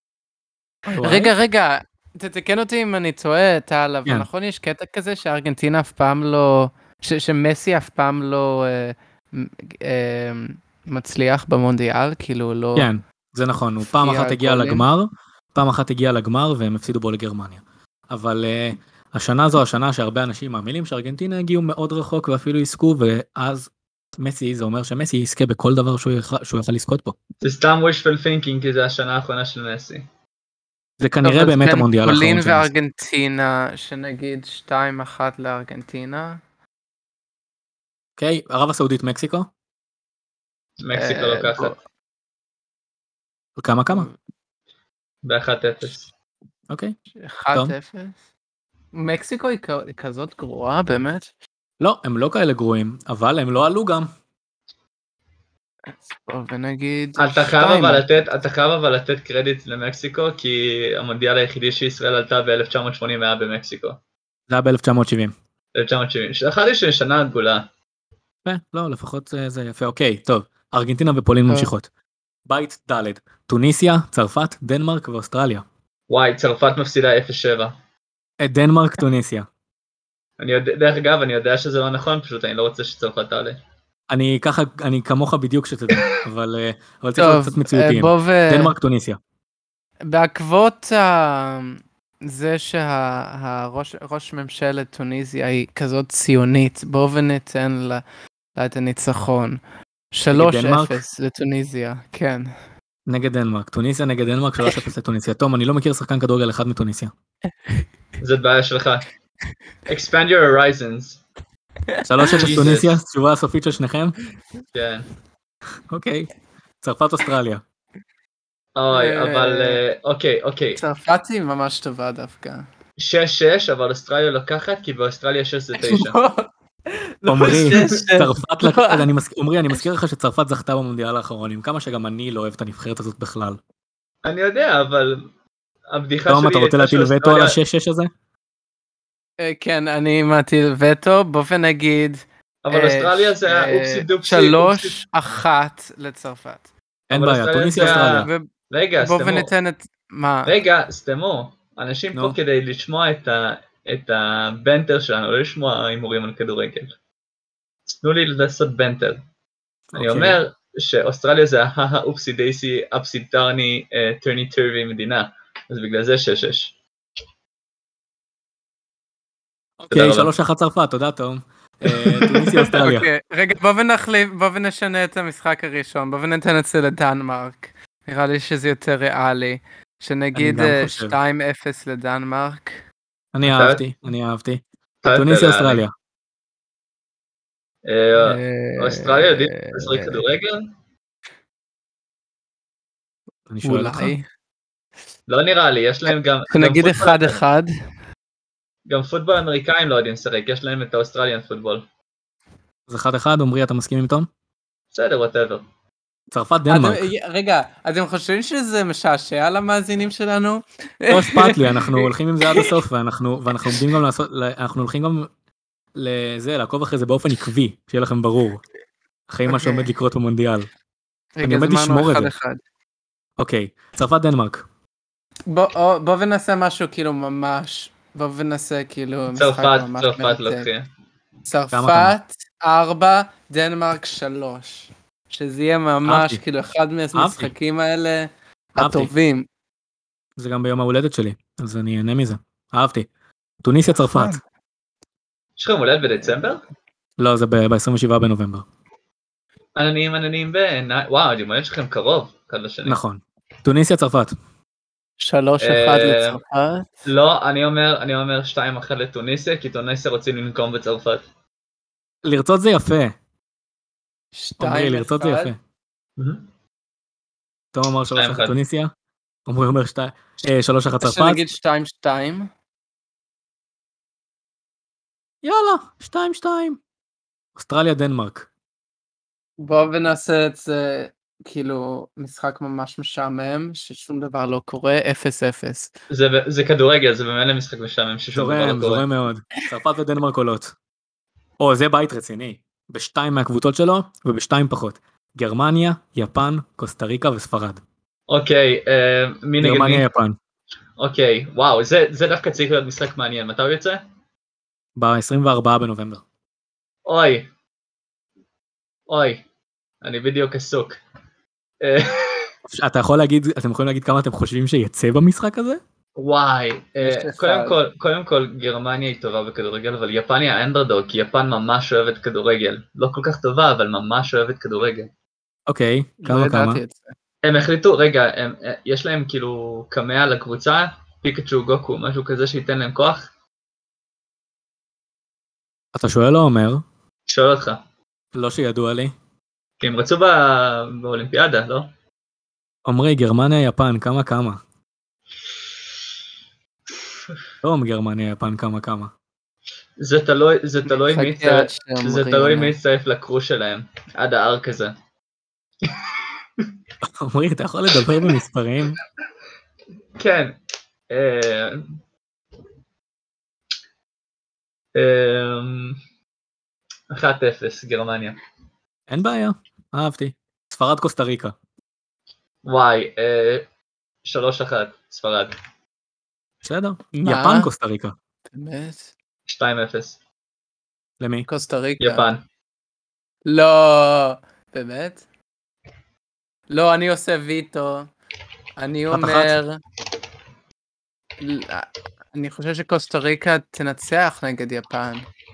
רגע, תתקן אותי אם אני טועה, טל, אבל נכון יש קטע כזה שארגנטינה אף פעם לא, שמסי אף פעם לא מצליח במונדיאל, כאילו לא... כן, זה נכון, הוא פעם אחת הגיע לגמר והם הפסידו בו לגרמניה. אבל השנה זו השנה שהרבה אנשים מאמינים שארגנטינה הגיעו מאוד רחוק ואפילו עסקו, ואז מסי, זה אומר שמסי יזכה בכל דבר שהוא יוכל לזכות פה. זה סתם wishful thinking, כי זה השנה האחרונה של מסי. זה כנראה באמת המונדיאל האחרון פולין וארגנטינה, שנגיד 2-1 לארגנטינה. אוקיי, ערב הסעודית מקסיקו? מקסיקו לוקחת. כמה? ב-1-0. אוקיי. 1-0? מקסיקו היא כזאת גרועה, באמת? לא, הם לא כאלה גרועים, אבל הם לא עלו גם. ונגיד... אתה חייב אבל לתת קרדיט למקסיקו, כי המונדיאל היחידי שישראל עלתה ב-1980 היה במקסיקו. זה היה ב-1970. 1970, אחת יש שנה גדולה. לא, לפחות זה יפה. אוקיי, טוב. ארגנטינה ופולין ממשיכות. בית ד' טוניסיה, צרפת, דנמרק ואוסטרליה. וואי, צרפת מפסידה 0-7. דנמרק, טוניסיה. דרך אגב, אני יודע שזה לא נכון, פשוט אני לא רוצה שצרפת תעלה. אני כמוך בדיוק שתדע, אבל צריך להיות קצת מציאותיים. דנמרק, טוניסיה. בעקבות זה שהראש ממשלת טוניסיה היא כזאת ציונית, בואו וניתן לה את הניצחון. 3-0 לטוניסיה, כן. נגד דנמרק, טוניסיה נגד דנמרק, 3-0 לטוניסיה. תום, אני לא מכיר שחקן כדורגל אחד מטוניסיה. זאת בעיה שלך. Expand your horizons. 3-0 טוניסיה, תשובה הסופית של שניכם? כן. אוקיי. צרפת, אוסטרליה. אוי, אבל אוקיי. צרפת היא ממש טובה דווקא. 6-6, אבל אוסטרליה לוקחת, כי באוסטרליה 6-9. עמרי, אני מזכיר לך שצרפת זכתה במונדיאל האחרון, עם כמה שגם אני לא אוהב את הנבחרת הזאת בכלל. אני יודע, אבל הבדיחה שלי... תום, אתה רוצה להטיל וטו על ה-6-6 הזה? כן, אני מטיל וטו, באופן נגיד... אבל אוסטרליה זה היה אופסי דופסי. 3-1 לצרפת. אין אבל בעיה, אוסטרליה טוניסיה זה אוסטרליה. רגע, בוא סתמו. וניתן את... מה? רגע, סתמו. אנשים פה נו. כדי לשמוע את הבנטר שלנו, לא לשמוע הימורים על כדורגל. תנו לי לעשות בנטר. אני אוקיי. אומר שאוסטרליה זה האופסי דייסי, אפסי טרני, טרני טרבי מדינה. אז בגלל זה 6-6. אוקיי, תודה רבה. 3-1 צרפת, תודה תום. טוניסיה אוסטרליה. אוקיי, רגע, בוא ונחליף, בוא ונשנה את המשחק הראשון, בוא וניתן את זה לדנמרק. נראה לי שזה יותר ריאלי. שנגיד גם חושב. 2-0 לדנמרק. אני אהבתי. אתה יותר טוניסיה ריאלי. אוסטרליה. אוסטרליה יודעים לשחק כדורגל? אני שואל אותך. אולי. לא נראה לי, יש להם גם נגיד פוטבול- 1-1. גם פוטבול אמריקאים לא יודעים לשחק, יש להם את האוסטרליאן פוטבול. אז 1-1, עמרי, אתה מסכים עם תום? בסדר, whatever. צרפת דנמרק. רגע, אתם חושבים שזה משעשע למאזינים שלנו? לא אכפת לי, אנחנו הולכים עם זה עד הסוף, ואנחנו עומדים גם לעשות, אנחנו הולכים גם לעקוב אחרי זה באופן עקבי, שיהיה לכם ברור. אחרי מה שעומד לקרות במונדיאל. אני עומד לשמור את זה. 1-1. אוקיי, צרפת דנמרק. בוא ונעשה משהו כאילו ממש, בוא ונעשה כאילו משחק ממש צרפת מרתק. לוקחים. צרפת 4, דנמרק 3. שזה יהיה ממש אהבתי. כאילו אחד מהמשחקים האלה אהבתי. הטובים. זה גם ביום ההולדת שלי, אז אני אהנה מזה. אהבתי. טוניסיה צרפת. יש לכם הולדת בדצמבר? לא, זה ב-27 בנובמבר. עננים בעיניי, וואו, הדימויין שלכם קרוב, אחד לשני. נכון. טוניסיה צרפת. 3-1 לצרפת. לא, אני אומר 2-1 לטוניסיה, כי טוניסיה רוצים לנקום בצרפת. לרצות זה יפה. 2-1. עמרי, לרצות זה יפה. תום אמר 3-1 טוניסיה. עמרי אומר 3-1 צרפת. שנגיד 2-2. יאללה, 2-2. אוסטרליה דנמרק. בוא ונעשה את זה כאילו משחק ממש משעמם, ששום דבר לא קורה, 0-0. זה כדורגל, זה במילא משחק משעמם ששום דבר לא קורה. זורם מאוד. צרפת ודנמרק עולות. זה בית רציני. בשתיים מהקבוצות שלו ובשתיים פחות. גרמניה, יפן, קוסטה ריקה וספרד. אוקיי, מי נגד מי? גרמניה, יפן. אוקיי, וואו, זה דווקא צריך להיות משחק מעניין. מתי הוא יוצא? ב-24 בנובמבר. אוי, אני בדיוק עסוק. אתם יכולים להגיד כמה אתם חושבים שיצא במשחק הזה? וואי, קודם כל גרמניה היא טובה בכדורגל, אבל יפן היא האנדרדוג, כי יפן ממש אוהבת כדורגל. לא כל כך טובה, אבל ממש אוהבת כדורגל. אוקיי, כמה? הם החליטו, רגע, יש להם כאילו קמע לקבוצה, פיקצ'ו, גוקו, משהו כזה שייתן להם כוח? אתה שואל או אומר? שואל אותך. לא שידוע לי. כי הם רצו באולימפיאדה, לא? עמרי, גרמניה, יפן, כמה? גרמניה, יפן, כמה? זה תלוי מי יצטרף לקרוס שלהם, עד הארק הזה. עמרי, אתה יכול לדבר במספרים? כן. 1-0, גרמניה. אין בעיה, אהבתי. ספרד קוסטה ריקה. וואי, 3-1, ספרד. בסדר. יפן קוסטה ריקה. באמת? 2-0. למי? קוסטה ריקה. יפן. לא, באמת? לא, אני עושה ויטו. אני אומר... אני חושב שקוסטה ריקה תנצח נגד יפן.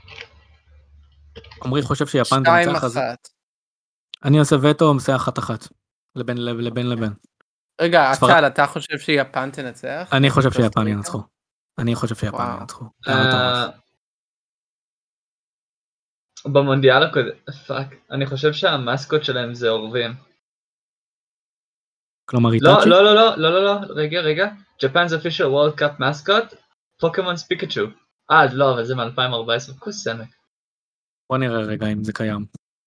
עמרי חושב שיפן תנצח. 2-1. אני עושה וטו, עושה 1-1. לבין. רגע, אתה חושב שיפן תנצח? אני חושב שיפן ינצחו. ינצחו. במונדיאל הקודם, פאק, אני חושב שהמסקוט שלהם זה עורבים. כלומר איטאצ'י? לא, רגע. Japan's official World Cup mascot, Pokemon's Pikachu. לא, אבל זה מ-2014, כוס סמק. בוא נראה רגע אם זה קיים.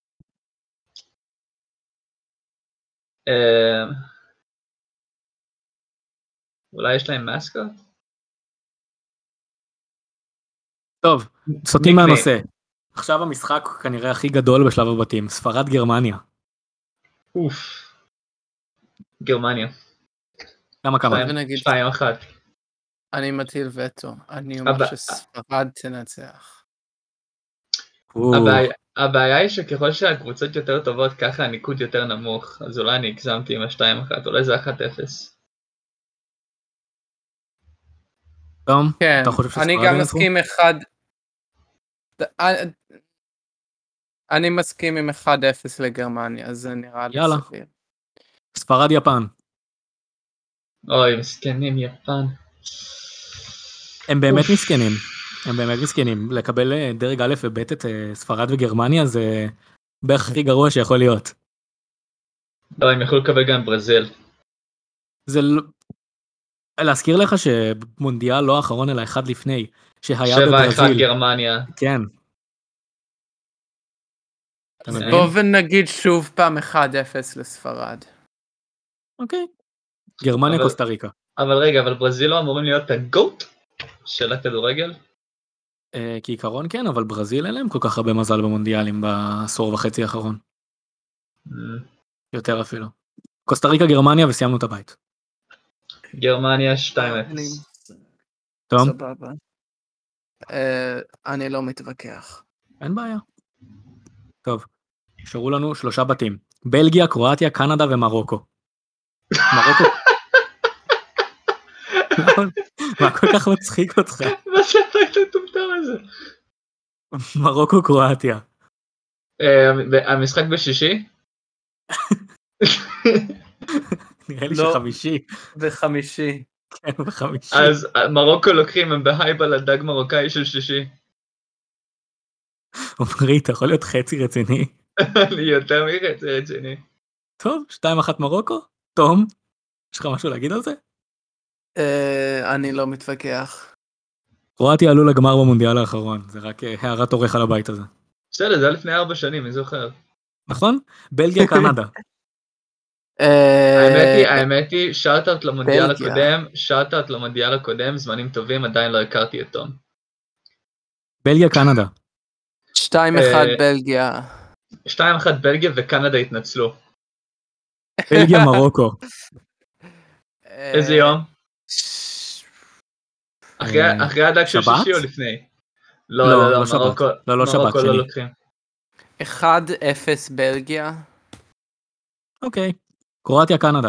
אולי יש להם מסקוט? טוב, סוטים מהנושא. עכשיו המשחק כנראה הכי גדול בשלב הבתים, ספרד גרמניה. אוף. גרמניה. כמה? 2-1. אני מטיל וטו, אני אומר שספרד תנצח. הבעיה היא שככל שהקבוצות יותר טובות, ככה הניקוד יותר נמוך, אז אולי אני הגזמתי עם ה-2-1, אולי זה 1-0. תום, כן, אתה חושב שספרד אני גם ינצחו? מסכים אני מסכים עם 1-0 לגרמניה, אז זה נראה לי יאללה. סביר. ספרד יפן. אוי, מסכנים יפן. הם באמת מסכנים. הם באמת מסכנים. לקבל דרג א' וב' את ספרד וגרמניה זה בערך הכי גרוע שיכול להיות. לא, הם יכולו לקבל גם ברזיל. זה להזכיר לך שמונדיאל לא האחרון אלא אחד לפני, שהיה 7-1 בברזיל. גרמניה. כן. אז בוא ונגיד שוב פעם 1-0 לספרד. אוקיי. גרמניה קוסטה ריקה. אבל ברזיל לא אמורים להיות הגוט של הכדורגל? כעיקרון כן, אבל ברזיל אין להם כל כך הרבה מזל במונדיאלים בעשור וחצי האחרון. יותר אפילו. קוסטה ריקה גרמניה וסיימנו את הבית. גרמניה 2-0. תום? סבבה. אני לא מתווכח. אין בעיה. טוב, נשארו לנו 3 בתים. בלגיה, קרואטיה, קנדה ומרוקו. מרוקו... מה כל כך מצחיק אותך? מה שאתה מטומטם הזה? מרוקו, קרואטיה. המשחק בשישי? נראה לי לא. שחמישי. בחמישי. כן, בחמישי. אז מרוקו לוקחים, הם בהייב על הדג מרוקאי של שישי. עומרי, אתה יכול להיות חצי רציני. אני יותר מחצי רציני. טוב, 2-1 מרוקו? תום, יש לך משהו להגיד על זה? אני לא מתווכח. קרואטיה עלו לגמר במונדיאל האחרון, זה רק הערת עורך על הבית הזה. בסדר, זה היה לפני 4 שנים, אני זוכר. נכון? בלגיה, קנדה. האמת היא, שאוט-אוט למונדיאל בלגיה. הקודם, שאוט-אוט למונדיאל הקודם, זמנים טובים, עדיין לא הכרתי את תום. בלגיה, קנדה. 2-1 בלגיה. 2-1 בלגיה וקנדה התנצלו. בלגיה, מרוקו. איזה יום? אחרי הדג של שבת? שישי או לפני? לא, לא שבת. לא שבת, מרוקו לא שני. לוקחים. 1-0 בלגיה. אוקיי. קרואטיה, קנדה.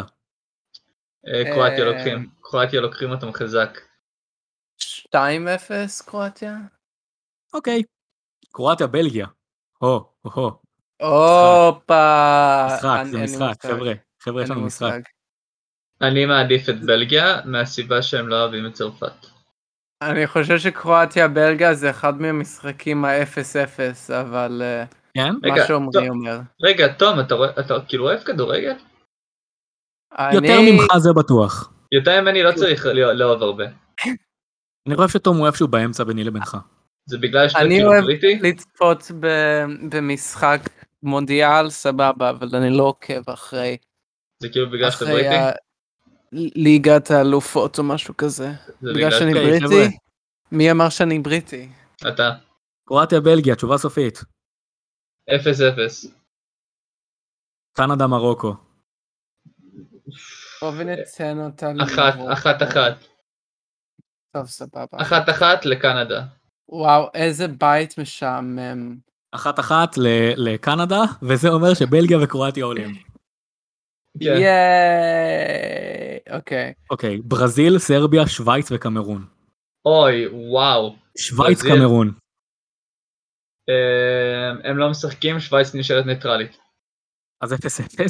קרואטיה לוקחים אותם חזק. 2-0 קרואטיה. אוקיי. קרואטיה, בלגיה. הופה. משחק, זה משחק, חבר'ה, יש לנו משחק. אני מעדיף את בלגיה, מהסיבה שהם לא אוהבים את צרפת. אני חושב שקרואטיה בלגיה זה אחד מהמשחקים ה-0-0, אבל כן? מה שעומרי אומר. רגע, תום, אתה כאילו אוהב כדורגל? יותר ממך זה בטוח. יותר ממני לא צריך לאהוב הרבה. אני חושב שתום הוא איפשהו באמצע ביני לבינך. זה בגלל שאתה אני כאילו אוהב בריטי? לצפות במשחק מונדיאל, סבבה, אבל אני לא עוקב אחרי זה כאילו בגלל שאתה בריטי? ליגת האלופות או משהו כזה. בגלל שאני בריטי? מי אמר שאני בריטי? אתה. קרואטיה, בלגיה, תשובה סופית. 0-0. קנדה, מרוקו. בוא וניתן אותה 1-1. טוב, סבבה. 1-1 לקנדה. וואו, איזה בית משעמם. 1-1 לקנדה, וזה אומר שבלגיה וקרואטיה עולים. ייי! אוקיי. אוקיי, ברזיל, סרביה, שוויץ וקמרון. אוי, וואו. שוויץ, קמרון. הם לא משחקים, שוויץ נשארת ניטרלית. אז 0-0?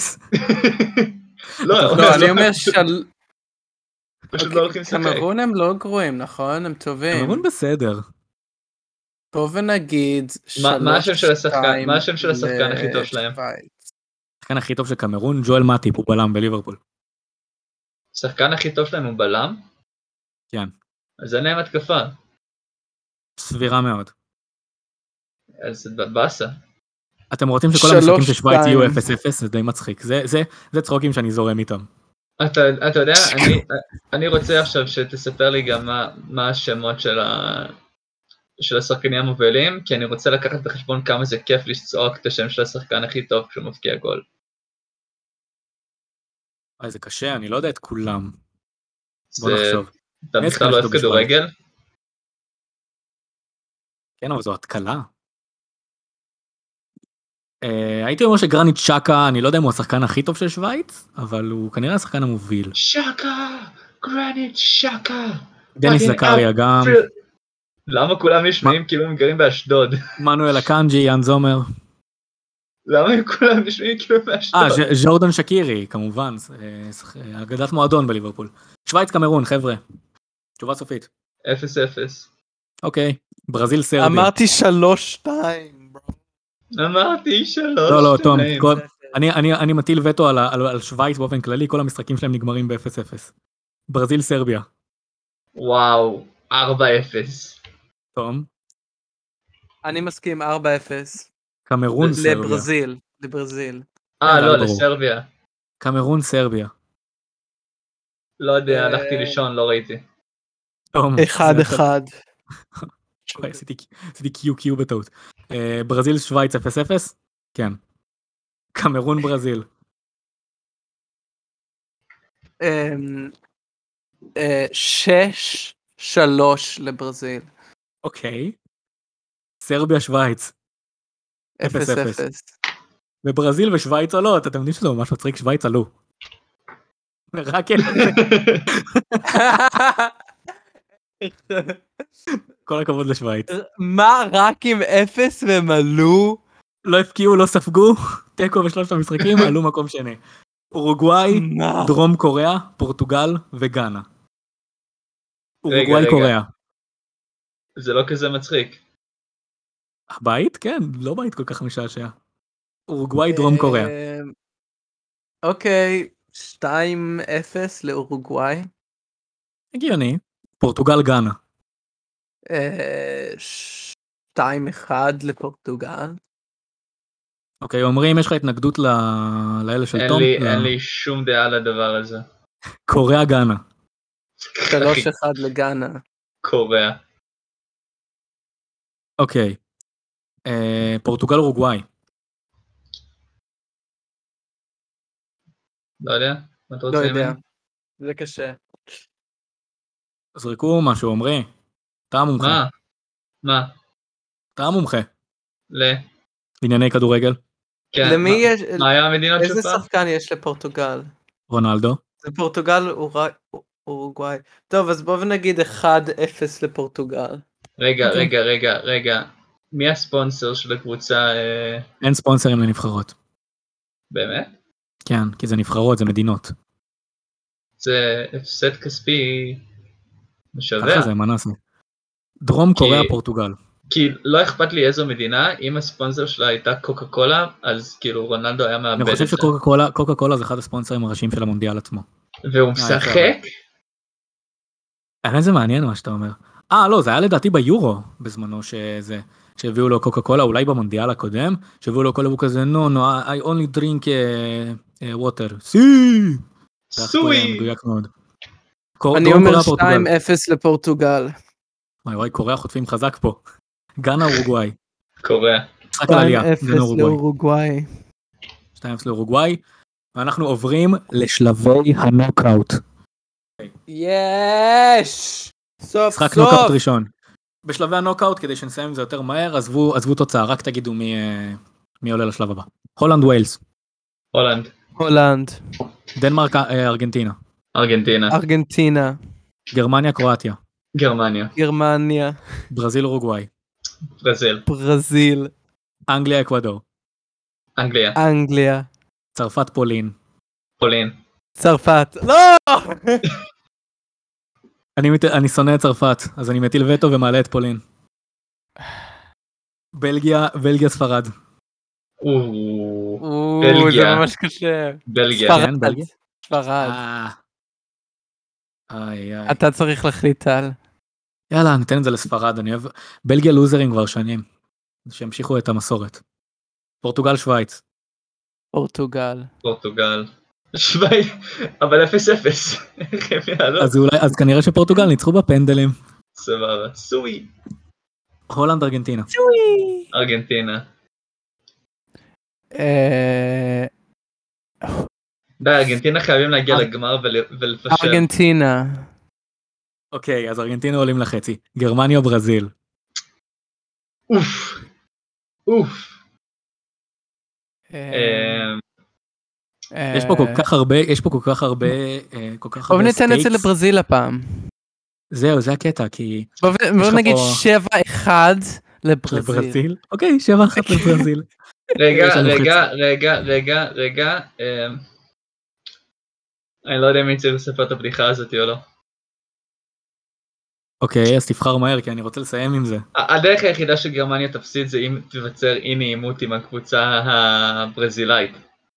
לא, אני אומר פשוט לא הולכים לשחק. קמרון הם לא גרועים, נכון? הם טובים. קמרון בסדר. בוא ונגיד 3-2 מה השם של השחקן הכי טוב שלהם? השחקן הכי טוב של קמרון, ג'ואל מאטיפ, הוא בלם בליברפול. השחקן הכי טוב שלהם הוא בלם? כן. אז אין להם התקפה. סבירה מאוד. אז זה באסה. אתם רוצים שכל המשחקים של שוויץ יהיו 0-0? זה די מצחיק. זה צחוקים שאני זורם איתם. אתה יודע, אני רוצה עכשיו שתספר לי גם מה השמות של השחקנים המובילים, כי אני רוצה לקחת בחשבון כמה זה כיף לצעוק את השם של השחקן הכי טוב כשהוא מבקיע גול. זה קשה, אני לא יודע את כולם. בוא זה... נחשוב. אתה מי בכלל לא אוהב כדורגל? כן, אבל זו התקלה. הייתי אומר שגרניט שקה, אני לא יודע אם הוא השחקן הכי טוב של שוויץ, אבל הוא כנראה השחקן המוביל. שקה! גרניט שקה! דניס זקריה גם. למה כולם נשמעים כאילו הם גרים באשדוד? מנואל אקנג'י, יאן זומר. למה הם כולם נשמעים כאילו באשדוד? ז'ורדן שקירי, כמובן, אגדת מועדון בליברפול. שוויץ קמרון, חבר'ה. תשובה סופית. 0-0. אוקיי, ברזיל סרביה. אמרתי 3-2. אמרתי 3-2. לא, תום, אני מטיל וטו על שוויץ באופן כללי, כל המשחקים שלהם נגמרים ב-0-0. ברזיל סרביה. וואו, 4-0. תום. אני מסכים 4-0. קמרון סרביה. לברזיל. לא, לסרביה. קמרון סרביה. לא יודע, הלכתי לישון, לא ראיתי. 1-1. עשיתי QQ בטעות. ברזיל שוויץ 0-0? כן. קמרון ברזיל. 6-3 לברזיל. אוקיי. סרביה שוויץ. 0-0. וברזיל ושוויץ עולות, אתם יודעים שזה ממש מצחיק, שוויץ עלו. רק כל הכבוד לשוויץ. מה, רק עם 0 והם עלו? לא הפקיעו, לא ספגו, תיקו בשלושת המשחקים, עלו מקום שני. אורוגוואי, דרום קוריאה, פורטוגל וגאנה. אורוגוואי קוריאה. זה לא כזה מצחיק. הבית? כן, לא בית כל כך משעשע. אורוגוואי, דרום קוריאה. אוקיי, 2-0 לאורוגוואי. הגיוני. פורטוגל גאנה. 2-1 לפורטוגל. אוקיי, אומרים, יש לך התנגדות לאלה של תום? אין לי שום דעה לדבר הזה. קוריאה גאנה. 3-1 לגאנה. קוריאה. אוקיי. פורטוגל אורוגוואי. לא יודע. מה אתה לא רוצה יודע. ממני? זה קשה. זרקו משהו, עמרי. אתה המומחה. מה? אתה המומחה. לענייני כדורגל. כן. למי יש... מה היה המדינות שלך? איזה שחקן יש לפורטוגל? רונלדו. זה פורטוגל אורוגוואי. טוב, אז בואו נגיד 1-0 לפורטוגל. רגע. מי הספונסר של הקבוצה? אין ספונסרים לנבחרות. באמת? כן, כי זה נבחרות, זה מדינות. זה הפסד כספי משווה. ככה זה, מה נעשה? דרום קוריאה, פורטוגל. כי לא אכפת לי איזו מדינה, אם הספונסר שלה הייתה קוקה קולה, אז כאילו רונלדו היה מאבד את זה. אני חושב שקוקה קולה זה אחד הספונסרים הראשיים של המונדיאל עצמו. והוא משחק? זה מעניין מה שאתה אומר. לא, זה היה לדעתי ביורו בזמנו שהביאו לו קוקה קולה, אולי במונדיאל הקודם, שהביאו לו קולה והוא כזה, no, I only drink water. סוי! מדויק מאוד. אני אומר 2-0 לפורטוגל. וואי, קוריאה חוטפים חזק פה. גאנה אורוגוואי. קוריאה. 2-0 לאורוגוואי. 2-0 לאורוגוואי. ואנחנו עוברים לשלבי הנוקאוט. יש! סוף. משחק נוקאוט ראשון. בשלבי הנוקאוט, כדי שנסיים עם זה יותר מהר, עזבו תוצאה, רק תגידו מי עולה לשלב הבא. הולנד ווילס. הולנד. דנמרק ארגנטינה. ארגנטינה. גרמניה קרואטיה. גרמניה. ברזיל אורוגוואי. ברזיל. אנגליה אקוודור. אנגליה. צרפת פולין. צרפת. לא! אני שונא את צרפת, אז אני מטיל וטו ומעלה את פולין. בלגיה ספרד. זה ממש קשה. ספרד. אתה צריך להחליט על. יאללה, ניתן את זה לספרד, אני אוהב. בלגיה לוזרים כבר שנים, שהמשיכו את המסורת. פורטוגל שוויץ. פורטוגל. שוויץ, אבל 0-0. אז כנראה שפורטוגל ניצחו בפנדלים. סבבה, סוי. הולנד, ארגנטינה. ארגנטינה. אה, בארגנטינה חייבים להגיע לגמר ולפשר. ארגנטינה. אוקיי, אז ארגנטינה עולים לחצי. גרמניה או ברזיל? אוף. אוף. יש פה כל כך הרבה, בוא ניתן את זה סטייקס. לברזיל הפעם. זהו, זה הקטע, כי... בוא נגיד 7-1 לברזיל. לברזיל? אוקיי, 7-1 לברזיל. רגע. אני לא יודע אם אני צריך לספר את הבדיחה הזאת או לא. אוקיי, אז תבחר מהר, כי אני רוצה לסיים עם זה. הדרך היחידה שגרמניה תפסיד זה אם תיווצר אי נעימות עם הקבוצה הברזילאית.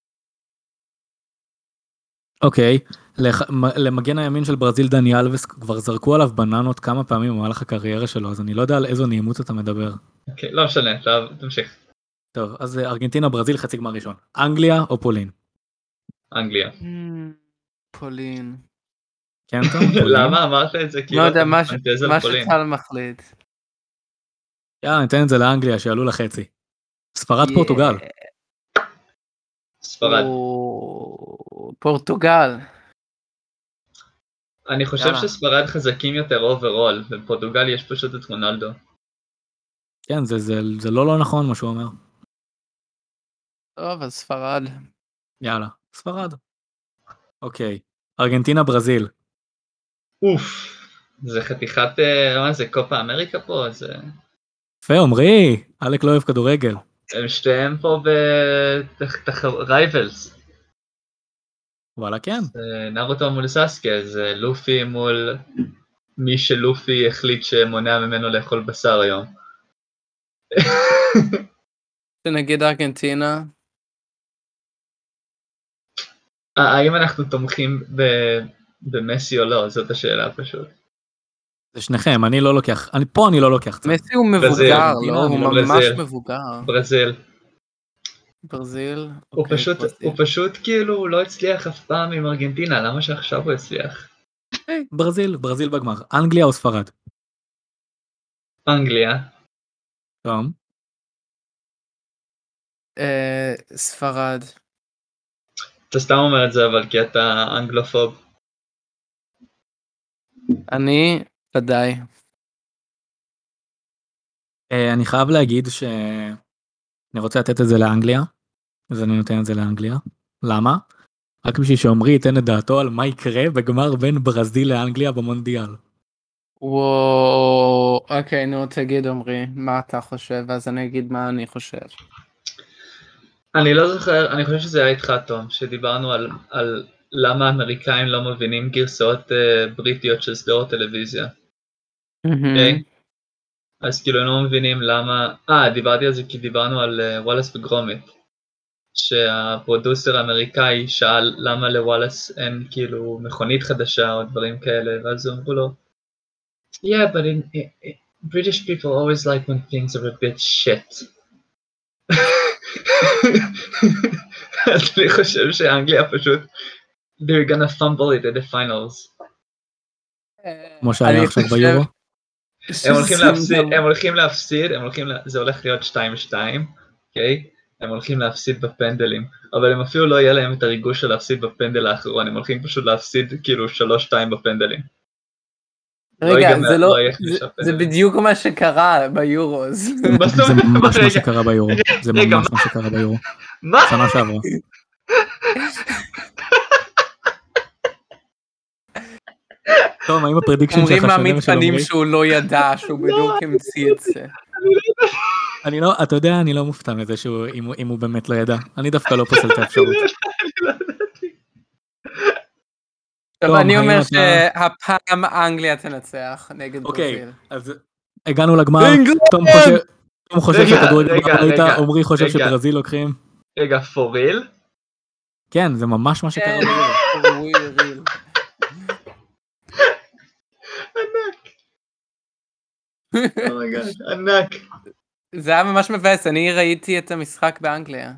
אוקיי, למגן הימין של ברזיל דני אלבס כבר זרקו עליו בננות כמה פעמים במהלך הקריירה שלו, אז אני לא יודע על איזו נעימות אתה מדבר. אוקיי, לא משנה, תמשיך. טוב, אז ארגנטינה, ברזיל, חצי גמר ראשון. אנגליה או פולין? אנגליה. פולין. כן, טוב, פולין. למה אמרת את זה? לא יודע, מה שטל מחליט. יאללה, ניתן את זה לאנגליה, שיעלו לחצי. ספרד, פורטוגל. ספרד. פורטוגל. אני חושב שספרד חזקים יותר אוברול, בפורטוגל יש פשוט את רונלדו. כן, זה לא נכון מה שהוא אומר. טוב, אז ספרד. יאללה, ספרד. אוקיי, ארגנטינה, ברזיל. אוף, זה חתיכת, מה זה, קופה אמריקה פה? זה... יפה, עומרי, אלק לא אוהב כדורגל. הם שתיהם פה רייבלס. וואלה, כן. נרוטו מול סאסקה, זה לופי מול מי שלופי החליט שמונע ממנו לאכול בשר היום. נגיד ארגנטינה. האם אנחנו תומכים במסי או לא? זאת השאלה פשוט. זה שניכם, אני לא לוקח, פה אני לא לוקח. מסי הוא מבוגר, לא? הוא ממש מבוגר. ברזיל. הוא פשוט כאילו לא הצליח אף פעם עם ארגנטינה, למה שעכשיו הוא הצליח? ברזיל בגמר. אנגליה או ספרד? אנגליה. טוב. ספרד. אתה סתם אומר את זה אבל כי אתה אנגלופוב. אני ודאי. אני חייב להגיד שאני רוצה לתת את זה לאנגליה, אז אני נותן את זה לאנגליה. למה? רק בשביל שעומרי ייתן את דעתו על מה יקרה בגמר בין ברזיל לאנגליה במונדיאל. וואו, אוקיי, נו תגיד עומרי, מה אתה חושב, אז אני אגיד מה אני חושב. אני לא זוכר, אני חושב שזה היה איתך תום, שדיברנו על למה האמריקאים לא מבינים גרסאות בריטיות של סדרות טלוויזיה. אוקיי? אז כאילו הם לא מבינים למה, דיברתי על זה כי דיברנו על וואלאס וגרומית, שהפרודוסר האמריקאי שאל למה לוואלאס אין כאילו מכונית חדשה או דברים כאלה, ואז אמרו לו, Yeah, but British people always like when things are a bit shit. אז אני חושב שאנגליה פשוט, they're gonna fumble it at the finals. כמו שהיה עכשיו ביורו? הם הולכים להפסיד, זה הולך להיות 2-2, אוקיי? הם הולכים להפסיד בפנדלים, אבל הם אפילו לא יהיה להם את הריגוש של להפסיד בפנדל האחרון, הם הולכים פשוט להפסיד כאילו 3-2 בפנדלים. רגע, זה בדיוק מה שקרה ביורו. זה ממש מה שקרה ביורו. זה ממש מה שקרה ביורו. מה? שנה שעברה. טוב, האם הפרדיקשן שלך אומרים מהמתפנים שהוא לא ידע, שהוא בדיוק המציא את זה. אני לא, אתה יודע, אני לא מופתע מזה אם הוא באמת לא ידע. אני דווקא לא פוסל את האפשרות. טוב, אני אומר שהפעם אנגליה תנצח נגד ברזיל. אוקיי, אז הגענו לגמר. תום חושב שכדורגל איתה, עומרי חושב שברזיל לוקחים. רגע, פוריל? כן, זה ממש מה שקרה ביורו. ענק. אומייגאד, ענק. זה היה ממש מבאס, אני ראיתי את המשחק באנגליה.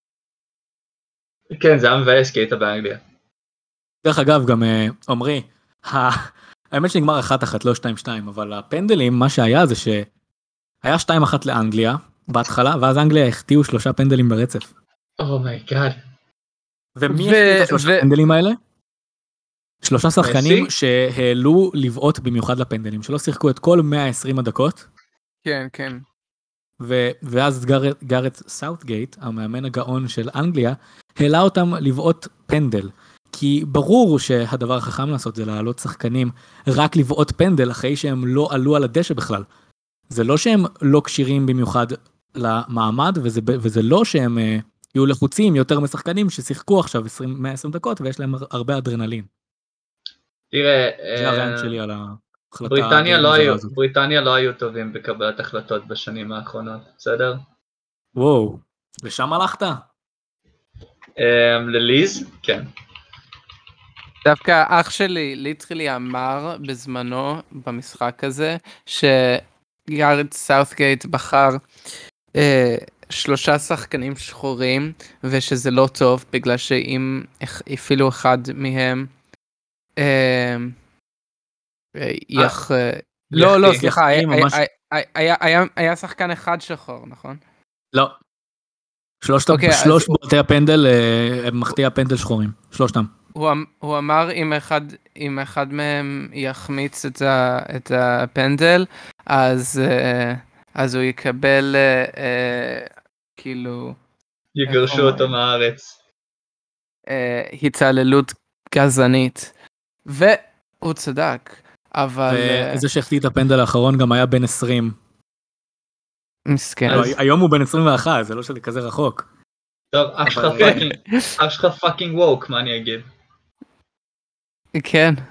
כן, זה היה מבאס כי היית באנגליה. דרך אגב, גם עומרי, האמת שנגמר 1-1, לא 2-2, אבל הפנדלים, מה שהיה זה היה 2-1 לאנגליה בהתחלה, ואז אנגליה החטיאו 3 פנדלים ברצף. אומייגאד. ומי החטיא את 3 פנדלים האלה? 3 שחקנים שהעלו לבעוט במיוחד לפנדלים, שלא שיחקו את כל 120 הדקות. כן, כן. ואז גארט סאות'גייט, המאמן הגאון של אנגליה, העלה אותם לבעוט פנדל. כי ברור שהדבר החכם לעשות זה להעלות שחקנים רק לבעוט פנדל אחרי שהם לא עלו על הדשא בכלל. זה לא שהם לא קשירים במיוחד למעמד, וזה לא שהם יהיו לחוצים יותר משחקנים ששיחקו עכשיו 120 דקות ויש להם הרבה אדרנלין. תראה, זה הרעיון שלי על ההחלטה. בריטניה לא היו טובים בקבלת החלטות בשנים האחרונות, בסדר? וואו, ושם הלכת? לליז? כן. דווקא אח שלי, ליטרלי אמר בזמנו במשחק הזה, שגארט סאות'גייט בחר 3 שחקנים שחורים, ושזה לא טוב, בגלל שאם אפילו אחד מהם לא, סליחה, היה שחקן אחד שחור, נכון? לא. 3 בועטי הפנדל, הם מחטיא הפנדל שחורים, 3. הוא אמר אם אחד מהם יחמיץ את הפנדל, אז הוא יקבל כאילו... יגרשו אותו מהארץ. התעללות גזענית. והוא צדק, אבל... זה שהחטיא את הפנדל האחרון גם היה בן 20. מסכן. היום הוא בן 21, זה לא שזה כזה רחוק. טוב, אח שלך פאקינג ווק, מה אני אגיד? כן.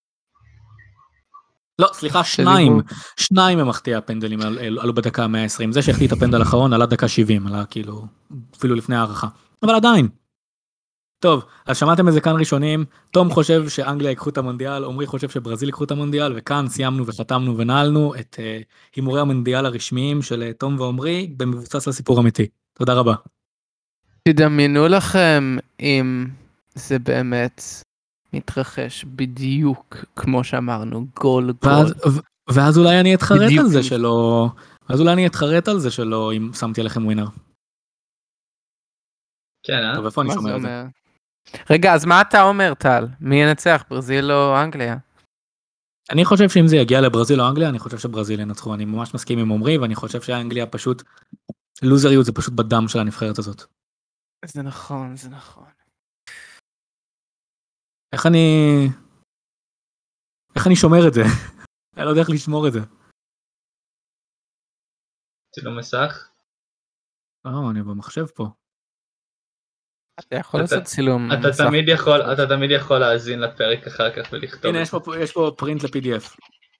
לא, סליחה, 2 הם מחטיא הפנדלים עלו בדקה 120, זה שהחטיא את הפנדל האחרון עלה דקה 70, עלה כאילו, אפילו לפני הערכה, אבל עדיין. טוב, אז שמעתם איזה כאן ראשונים, תום חושב שאנגליה ייקחו את המונדיאל, עומרי חושב שברזיל ייקחו את המונדיאל, וכאן סיימנו וחתמנו ונעלנו את הימורי המונדיאל הרשמיים של תום ועומרי, במבוסס לסיפור אמיתי. תודה רבה. תדמיינו לכם אם זה באמת מתרחש בדיוק כמו שאמרנו, גול. ואז אולי אני אתחרט על זה שלא, אם שמתי עליכם ווינר. כן, טוב, איפה אני שומע את זה? רגע, אז מה אתה אומר, טל? מי ינצח, ברזיל או אנגליה? אני חושב שאם זה יגיע לברזיל או אנגליה, אני חושב שברזיל ינצחו. אני ממש מסכים עם עומרי, ואני חושב שהאנגליה פשוט, לוזריות זה פשוט בדם של הנבחרת הזאת. זה נכון, זה נכון. איך אני שומר את זה? אני לא יודע איך לשמור את זה. צילום מסך? אני במחשב פה. אתה יכול לעשות צילום. אתה תמיד יכול להאזין לפרק אחר כך ולכתוב. הנה, יש פה פרינט ל-PDF.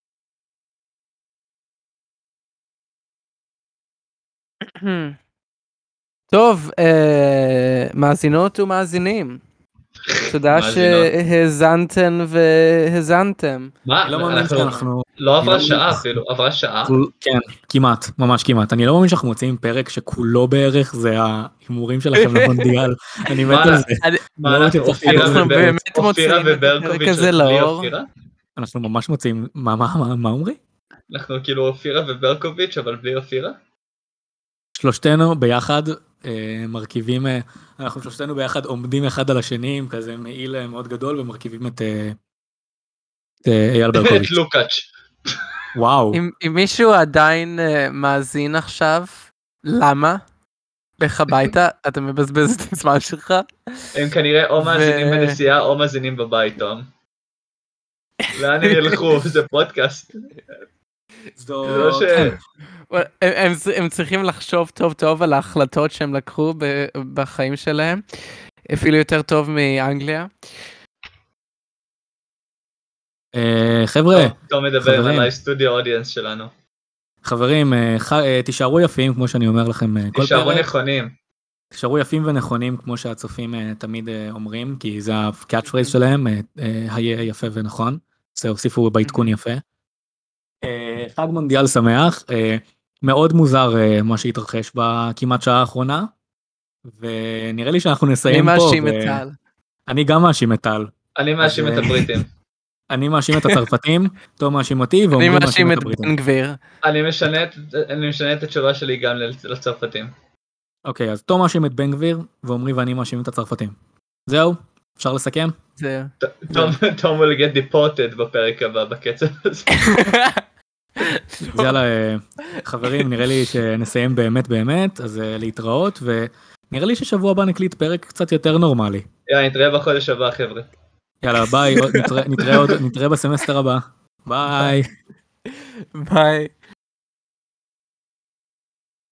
טוב, מאזינות ומאזינים. תודה שהזנתם והזנתם. מה? לא עברה שעה אפילו, עברה שעה? כן, כמעט, ממש כמעט. אני לא מאמין שאנחנו מוצאים פרק שכולו בערך זה ההימורים שלכם למונדיאל. אני מת על זה. אנחנו באמת מוצאים את הפרק הזה לאור. אנחנו ממש מוצאים, מה אומרי? אנחנו כאילו אופירה וברקוביץ' אבל בלי אופירה? שלושתנו ביחד מרכיבים, אנחנו שלושתנו ביחד עומדים אחד על השני עם כזה מעיל מאוד גדול ומרכיבים את אייל ברקוביץ'. את לוקאץ'. וואו. אם מישהו עדיין מאזין עכשיו, למה? לך הביתה, אתה מבזבז את הזמן שלך. הם כנראה או מאזינים בנסיעה או מאזינים בבית, תום. לאן הם ילכו? זה פודקאסט. הם צריכים לחשוב טוב טוב על ההחלטות שהם לקחו בחיים שלהם, אפילו יותר טוב מאנגליה. חבר'ה, אתה מדבר על הסטודיו אודיאנס שלנו. חברים, תישארו יפים כמו שאני אומר לכם כל תישארו נכונים. תישארו יפים ונכונים כמו שהצופים תמיד אומרים, כי זה הקאץ' פרייז שלהם, היה יפה ונכון, זה הוסיפו בעדכון יפה. חג מונדיאל שמח, מאוד מוזר מה שהתרחש בכמעט שעה האחרונה, ונראה לי שאנחנו נסיים פה. אני מאשים את טל. אני גם מאשים את טל. אני מאשים את הבריטים. אני מאשים את הצרפתים, תום מאשים אותי, אני ועומרי מאשים מאשים את את הבריטים. בן גביר. אני משנה את התשובה שלי גם לצרפתים. אוקיי, אז תום מאשים את בן גביר, ועומרי ואני מאשים את הצרפתים. זהו? אפשר לסכם? זה... תום will get deported בפרק הבא בקצב הזה. אז יאללה, חברים, נראה לי שנסיים באמת, אז להתראות, ונראה לי ששבוע הבא נקליט פרק קצת יותר נורמלי. יאללה, נתראה בחודש הבא, חבר'ה. יאללה, ביי, נתראה בסמסטר הבא. ביי. ביי.